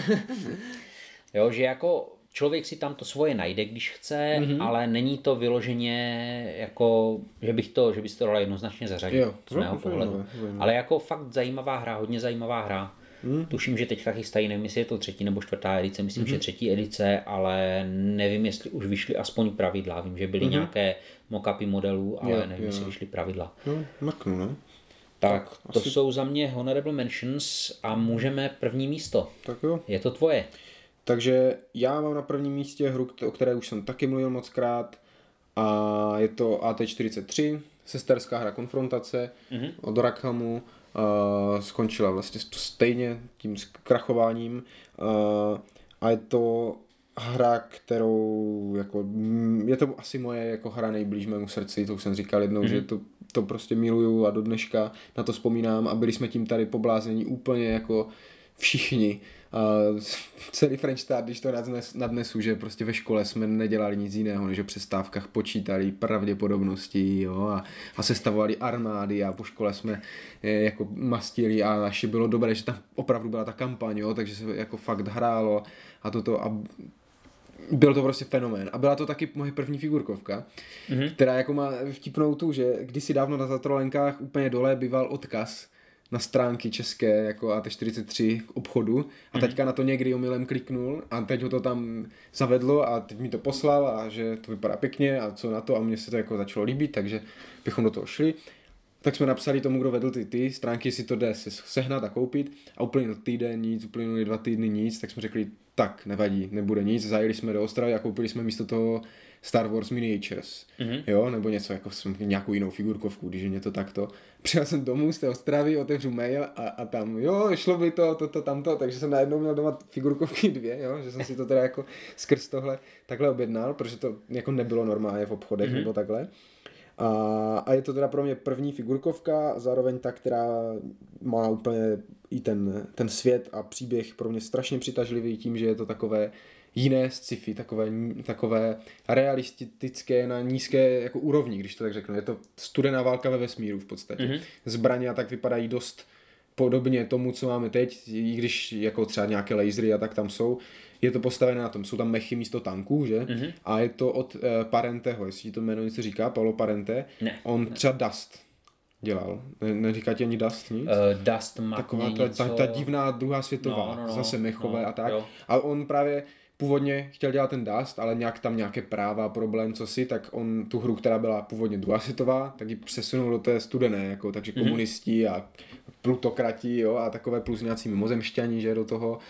S3: Jo, že jako člověk si tam to svoje najde, když chce, mm-hmm. ale není to vyloženě jako, že bych to, že bys to dala jednoznačně zařadit, jo, z mého pohledu. Ale jako fakt zajímavá hra, hodně zajímavá hra. Hmm. Tuším, že teďka chystají, nevím, jestli je to třetí nebo čtvrtá edice, myslím, hmm. že třetí edice, ale nevím, jestli už vyšly aspoň pravidla. Vím, že byly hmm. nějaké mock-upy modelů, ale jo, nevím, jo. jestli vyšly pravidla.
S1: No, maknu, no.
S3: Tak, tak to asi... jsou za mě honorable mentions a můžeme první místo.
S1: Tak jo.
S3: Je to tvoje.
S1: Takže já mám na prvním místě hru, o které už jsem taky mluvil moc krát, a je to A T čtyřicet tři, sesterská hra Konfrontace mm-hmm. od Rackhamu. Uh, skončila vlastně stejně tím krachováním uh, a je to hra, kterou jako, je to asi moje jako hra nejblíž mému srdci, to už jsem říkal jednou, mm-hmm. že to, to prostě miluju a do dneška na to vzpomínám a byli jsme tím tady poblázení úplně jako všichni. Uh, celý French Start, když to nadnes, nadnesu, že prostě ve škole jsme nedělali nic jiného, než o přestávkách počítali pravděpodobnosti, jo, a, a sestavovali armády a po škole jsme je, jako mastili a naši bylo dobré, že tam opravdu byla ta kampaň, jo, takže se jako fakt hrálo a toto a byl to prostě fenomén. A byla to taky moje první figurkovka, mm-hmm. která jako má vtipnou tu, že kdysi dávno na Zatrolenkách úplně dole býval odkaz na stránky české jako A T čtyřicet tři k obchodu a teďka na to někdy omylem kliknul a teď ho to tam zavedlo a teď mi to poslal a že to vypadá pěkně a co na to a mně se to jako začalo líbit, takže bychom do toho šli. Tak jsme napsali tomu, kdo vedl ty, ty stránky, si to jde sehnat a koupit a uplynul týden nic, uplynuli dva týdny nic, tak jsme řekli, tak nevadí, nebude nic, zajeli jsme do Ostravy a koupili jsme místo toho Star Wars Miniatures, mm-hmm. jo, nebo něco, jako jsem nějakou jinou figurkovku, když je něco takto. Přijel jsem domů z té Ostravy, otevřu mail a, a tam, jo, šlo by to, toto, tamto, takže jsem najednou měl doma figurkovky dvě, jo, že jsem si to teda jako skrz tohle takhle objednal, protože to jako nebylo normálně v obchodech mm-hmm. nebo takhle. A, a je to teda pro mě první figurkovka, zároveň ta, která má úplně i ten, ten svět a příběh pro mě strašně přitažlivý tím, že je to takové jiné sci-fi, takové, takové realistické na nízké jako úrovni, když to tak řeknu. Je to studená válka ve vesmíru v podstatě. Mm-hmm. Zbraně a tak vypadají dost podobně tomu, co máme teď, i když jako třeba nějaké lasery a tak tam jsou. Je to postavené na tom, jsou tam mechy místo tanků, že? Mm-hmm. A je to od uh, Parenteho, jestli to jméno něco říká, Paolo Parente.
S3: Ne,
S1: On
S3: ne.
S1: třeba Dust dělal. Ne, neříká ti ani Dust nic?
S3: Uh, Dust má
S1: taková ta,
S3: něco...
S1: ta, ta divná druhá světová, no, no, no, zase mechové no, a tak. Jo. A on právě původně chtěl dělat ten Dust, ale nějak tam nějaké práva, problém, co si, tak on tu hru, která byla původně druhá světová, tak ji přesunul do té studené, jako, takže mm-hmm. komunisti a plutokrati, jo, a takové plus nějací mimozemšťani, že do toho.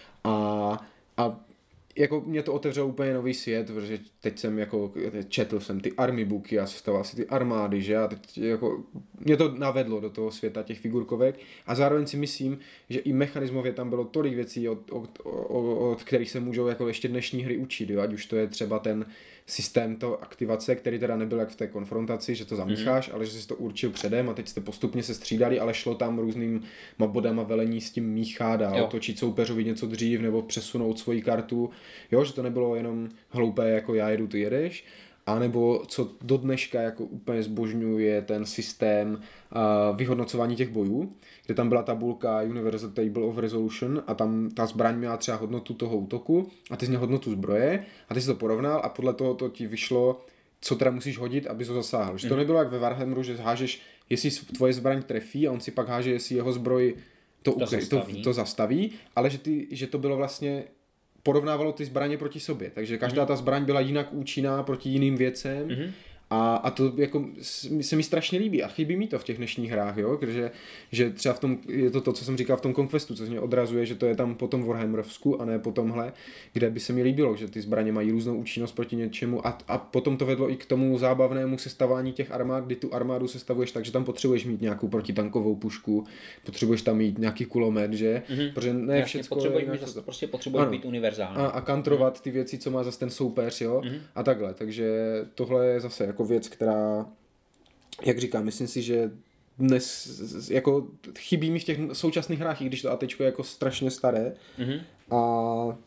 S1: A, a jako mě to otevřelo úplně nový svět, protože teď jsem jako četl jsem ty army booky a sestavoval si ty armády, že a teď jako mě to navedlo do toho světa těch figurkovek a zároveň si myslím, že i mechanismově tam bylo tolik věcí, od, od, od, od kterých se můžou jako ještě dnešní hry učit, jo? Ať už to je třeba ten systém to aktivace, který teda nebyl jak v té konfrontaci, že to zamícháš, mm. ale že jsi to určil předem a teď jste postupně se střídali, ale šlo tam různým bodama velení s tím míchat a jo. otočit soupeřovi něco dřív nebo přesunout svoji kartu, jo, že to nebylo jenom hloupé jako já jedu, ty jedeš, a nebo co do dneška jako úplně zbožňuje ten systém uh, vyhodnocování těch bojů, kde tam byla tabulka Universal Table of Resolution a tam ta zbraň měla třeba hodnotu toho útoku a ty jsi měl hodnotu zbroje a ty jsi to porovnal a podle toho to ti vyšlo, co teda musíš hodit, aby to zasáhl. Že to nebylo jak ve Warhammeru, že hážeš, jestli tvoje zbraň trefí a on si pak háže, jestli jeho zbroj to,
S3: to,
S1: ukry,
S3: zastaví.
S1: to, to zastaví, ale že, ty, že to bylo vlastně porovnávalo ty zbraně proti sobě, takže každá mm-hmm. ta zbraň byla jinak účinná proti jiným věcem mm-hmm. a, a to jako se mi strašně líbí a chybí mi to v těch dnešních hrách, jo, protože že třeba v tom, je to to, co jsem říkal v tom Conquestu, co mě odrazuje, že to je tam po tom Warhammerovsku a ne po tomhle, kde by se mi líbilo, že ty zbraně mají různou účinnost proti něčemu a, a potom to vedlo i k tomu zábavnému sestavání těch armád, kdy tu armádu sestavuješ tak, že tam potřebuješ mít nějakou protitankovou pušku, potřebuješ tam mít nějaký kulomet, že? Mm-hmm. Protože ne
S3: Jasně,
S1: všecko
S3: potřebuješ
S1: je
S3: mít, to... prostě potřebuješ být univerzální.
S1: A, a kantrovat mm-hmm. ty věci, co má zase ten soupeř, jo? Mm-hmm. A takhle, takže tohle je zase jako věc, která, jak říkám, myslím si, že dnes jako chybí mi v těch současných hrách, i když to ATčko je jako strašně staré. Mm-hmm. A,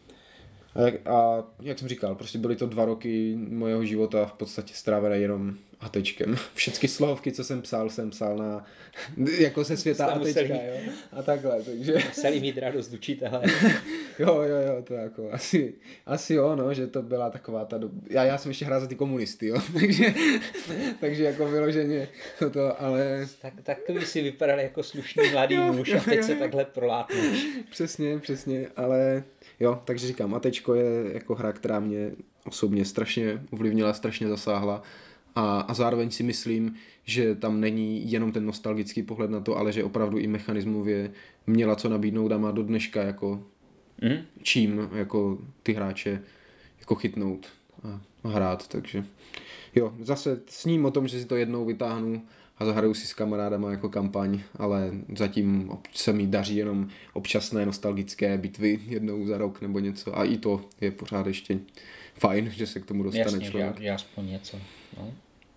S1: a, a jak jsem říkal, prostě byly to dva roky mojeho života v podstatě strávené jenom ATčkem. Všechny slohovky, co jsem psal, jsem psal na, jako se světa ATčka, jo. A takhle, takže...
S3: Museli mít radost učitele.
S1: jo, jo, jo, to jako asi, asi jo, no, že to byla taková ta doba. Já, já jsem ještě hrál za ty komunisty, jo, takže, takže jako vyloženě to, ale...
S3: Tak, takový si vypadal jako slušný mladý muž a teď se takhle prolátneš.
S1: Přesně, přesně, ale jo, takže říkám, ATčko je jako hra, která mě osobně strašně ovlivnila, strašně zasáhla. A, a zároveň si myslím, že tam není jenom ten nostalgický pohled na to, ale že opravdu i mechanismově měla co nabídnout a má do dneška jako mm. čím jako ty hráče jako chytnout a, a hrát, takže jo, zase sním o tom, že si to jednou vytáhnu a zahraju si s kamarádama jako kampaň, ale zatím se mi daří jenom občasné nostalgické bitvy jednou za rok nebo něco a i to je pořád ještě fajn, že se k tomu dostane
S3: Jasně,
S1: člověk.
S3: Jasně, že aspoň něco, no.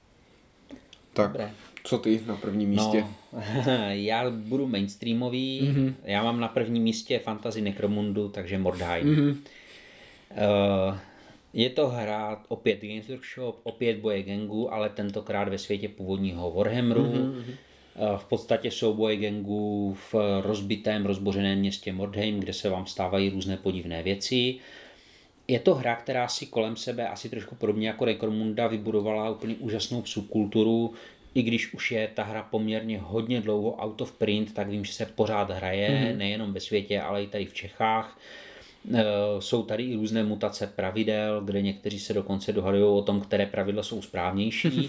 S1: Tak, Dobré. Co ty na prvním místě?
S3: No, já budu mainstreamový, mm-hmm. já mám na prvním místě Fantasy Necromundu, takže Mordheim. Mm-hmm. Uh, je to hra opět Games Workshop, opět boje gangů, ale tentokrát ve světě původního Warhammeru. Mm-hmm. Uh, v podstatě jsou boje gangů v rozbitém, rozbořeném městě Mordheim, kde se vám stávají různé podivné věci. Je to hra, která si kolem sebe asi trošku podobně jako Necromunda vybudovala úplně úžasnou subkulturu. I když už je ta hra poměrně hodně dlouho out of print, tak vím, že se pořád hraje, mm-hmm. nejenom ve světě, ale i tady v Čechách. E, jsou tady i různé mutace pravidel, kde někteří se dokonce dohadují o tom, které pravidla jsou správnější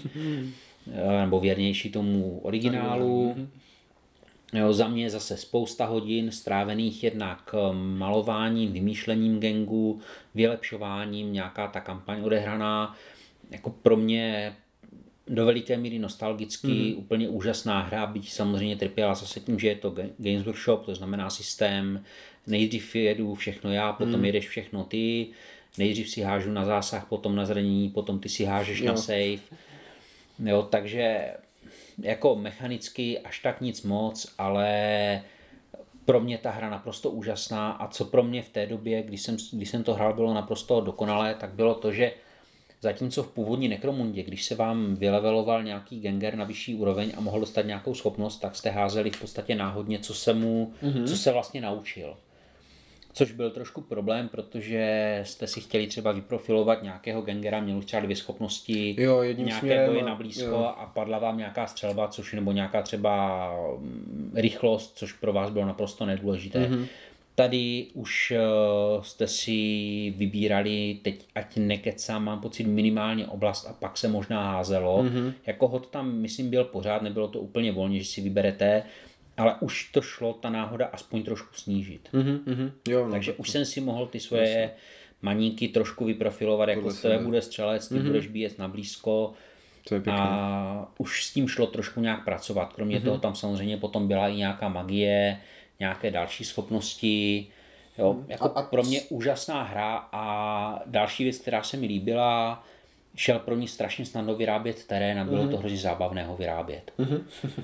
S3: e, nebo věrnější tomu originálu. Mm-hmm. Jo, za mě je zase spousta hodin strávených jednak malováním, vymýšlením gangu, vylepšováním, nějaká ta kampaň odehraná. Jako pro mě do veliké míry nostalgicky, mm. úplně úžasná hra, byť samozřejmě trpěla zase tím, že je to Games Workshop, to znamená systém, nejdřív jedu všechno já, potom mm. jedeš všechno ty, nejdřív si hážu na zásah, potom na zranění, potom ty si hážeš jo. na save. Jo, takže jako mechanicky až tak nic moc, ale pro mě ta hra naprosto úžasná a co pro mě v té době, když jsem, když jsem to hrál, bylo naprosto dokonalé, tak bylo to, že zatímco v původní Necromundě, když se vám vyleveloval nějaký ganger na vyšší úroveň a mohl dostat nějakou schopnost, tak jste házeli v podstatě náhodně, co se mu, mm-hmm. co se vlastně naučil. Což byl trošku problém, protože jste si chtěli třeba vyprofilovat nějakého gangera, měl už třeba dvě schopnosti,
S1: jo,
S3: nějaké boje na blízko a padla vám nějaká střelba, což nebo nějaká třeba rychlost, což pro vás bylo naprosto nedůležité. Mm-hmm. Tady už uh, jste si vybírali, teď ať nekecám, mám pocit minimálně oblast a pak se možná házelo. Mm-hmm. Jako hod tam myslím byl pořád, nebylo to úplně volně, že si vyberete, ale už to šlo ta náhoda aspoň trošku snížit.
S1: Mm-hmm. Jo, no,
S3: takže
S1: tak
S3: už jsem si mohl ty svoje jasný. maníky trošku vyprofilovat, jako to je bude střelec, ty mm-hmm. budeš bíjet na blízko.
S1: To je pěkný.
S3: A už s tím šlo trošku nějak pracovat. Kromě mm-hmm. toho tam samozřejmě potom byla i nějaká magie, nějaké další schopnosti. Jo, jako a, a pro mě úžasná hra a další věc, která se mi líbila, šel pro ní strašně snadno vyrábět terén a bylo mm-hmm. to hrozně zábavné ho vyrábět.
S1: Mm-hmm.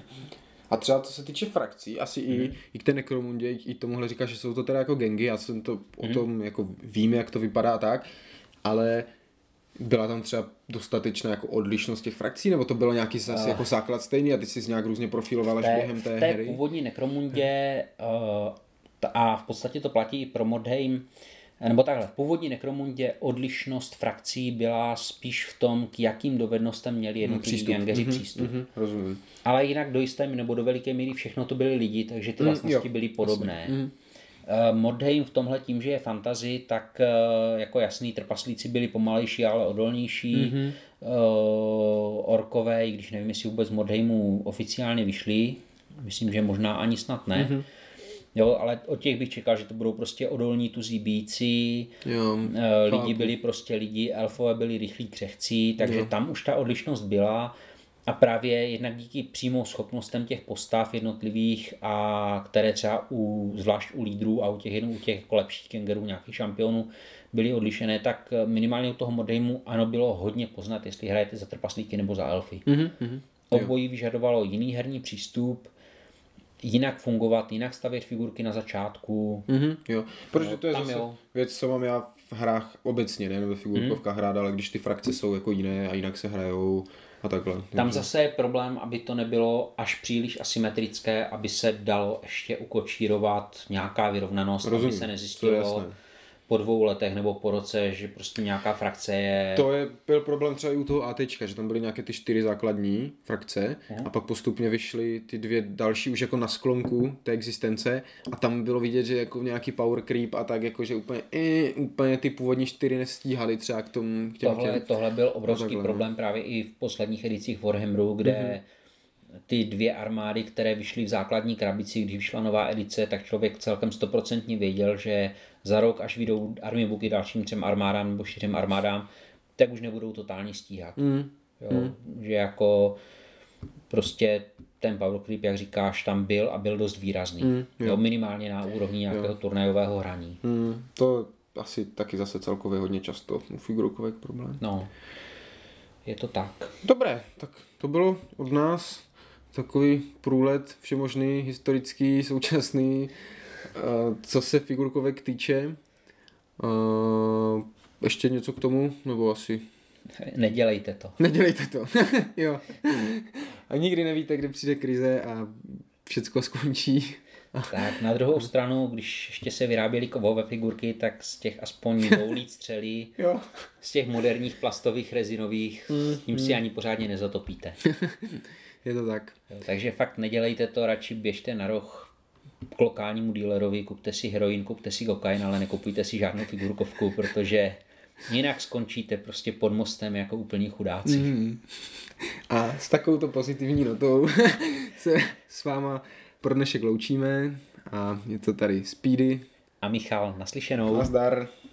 S1: A třeba co se týče frakcí, asi mm-hmm. i, i k té Necromundě, i tomuhle říkáš, že jsou to teda jako gangy, já jsem to mm-hmm. o tom jako vím, jak to vypadá tak, ale byla tam třeba dostatečná jako odlišnost těch frakcí, nebo to bylo nějaký zase uh, jako základ stejný a ty jsi nějak různě profiloval až během té,
S3: v té
S1: hry?
S3: V té původní Necromundě uh, a v podstatě to platí i pro Mordheim, nebo takhle, v původní Necromundě odlišnost frakcí byla spíš v tom, k jakým dovednostem měli jednotliví gangeři mm-hmm, přístup.
S1: Mm-hmm, rozumím.
S3: Ale jinak do jisté nebo do veliké míry všechno to byli lidi, takže ty vlastnosti mm, byly podobné. Mm. Mordheim v tomhle tím, že je fantasy, tak jako jasný trpaslíci byli pomalejší, ale odolnější. Mm-hmm. Orkové, i když nevím, jestli vůbec Mordheimu oficiálně vyšli, myslím, že možná ani snad ne. Mm-hmm. Jo, ale od těch bych čekal, že to budou prostě odolní tuzí bíci, jo, lidi chápu. Byli prostě lidi, elfové byli rychlí křehcí, takže jo. tam už ta odlišnost byla a právě jednak díky přímou schopnostem těch postav jednotlivých a které třeba u, zvlášť u lídrů a u těch, u těch jako lepších kengerů, nějakých šampionů byly odlišené, tak minimálně u toho Mordheimu ano bylo hodně poznat, jestli hrajete za trpaslíky nebo za elfy. Mm-hmm, Obojí vyžadovalo jiný herní přístup, jinak fungovat, jinak stavět figurky na začátku.
S1: Mm-hmm, jo, protože to je zase jo. věc, co mám já v hrách obecně, nejen ve figurkovkách mm-hmm. hrát, ale když ty frakce jsou jako jiné a jinak se hrajou, a takhle.
S3: Tam
S1: Takže...
S3: zase je problém, aby to nebylo až příliš asymetrické, aby se dalo ještě ukočírovat nějaká vyrovnanost,
S1: Rozumím,
S3: aby se nezjistilo po dvou letech nebo po roce, že prostě nějaká frakce je...
S1: To je, byl problém třeba i u toho ATčka, že tam byly nějaké ty čtyři základní frakce
S3: uh-huh.
S1: a pak postupně vyšly ty dvě další už jako na sklonku té existence a tam bylo vidět, že jako nějaký power creep a tak jako, že úplně, eh, úplně ty původní čtyři nestíhaly třeba k tomu. K těm,
S3: tohle,
S1: těm,
S3: tohle byl obrovský
S1: takhle,
S3: problém
S1: ne?
S3: právě i v posledních edicích Warhammeru, kde uh-huh. ty dvě armády, které vyšly v základní krabici, když vyšla nová edice, tak člověk celkem stoprocentně věděl, že za rok, až vyjdou armybooky dalším třem armádám nebo čtyřem armádám, tak už nebudou totálně stíhat.
S1: Mm.
S3: Jo,
S1: mm.
S3: Že jako prostě ten power creep, jak říkáš, tam byl a byl dost výrazný. Mm, jo. Jo, minimálně na úrovni nějakého jo. turnajového hraní.
S1: Mm, to asi taky zase celkově hodně často u figurkovek problém.
S3: No, je to tak.
S1: Dobré, tak to bylo od nás takový průlet všemožný, historický, současný, co se figurkovek týče. Ještě něco k tomu? Nebo asi...
S3: Nedělejte to.
S1: Nedělejte to. Jo. A nikdy nevíte, kdy přijde krize a všecko skončí.
S3: Tak na druhou stranu, když ještě se vyráběly kovové figurky, tak z těch aspoň dvoulít střelí,
S1: jo.
S3: z těch moderních plastových, rezinových, mm, s tím mm. si ani pořádně nezatopíte.
S1: Je to tak.
S3: Jo, takže fakt nedělejte to, radši běžte na roh k lokálnímu dealerovi, kupte si heroin, kupte si kokain, ale nekupujte si žádnou figurkovku, protože jinak skončíte prostě pod mostem jako úplní chudáci. Mm.
S1: A s takovouto pozitivní notou se s váma pro dnešek loučíme a je to tady Speedy
S3: a Michal, naslyšenou.
S1: Nazdar.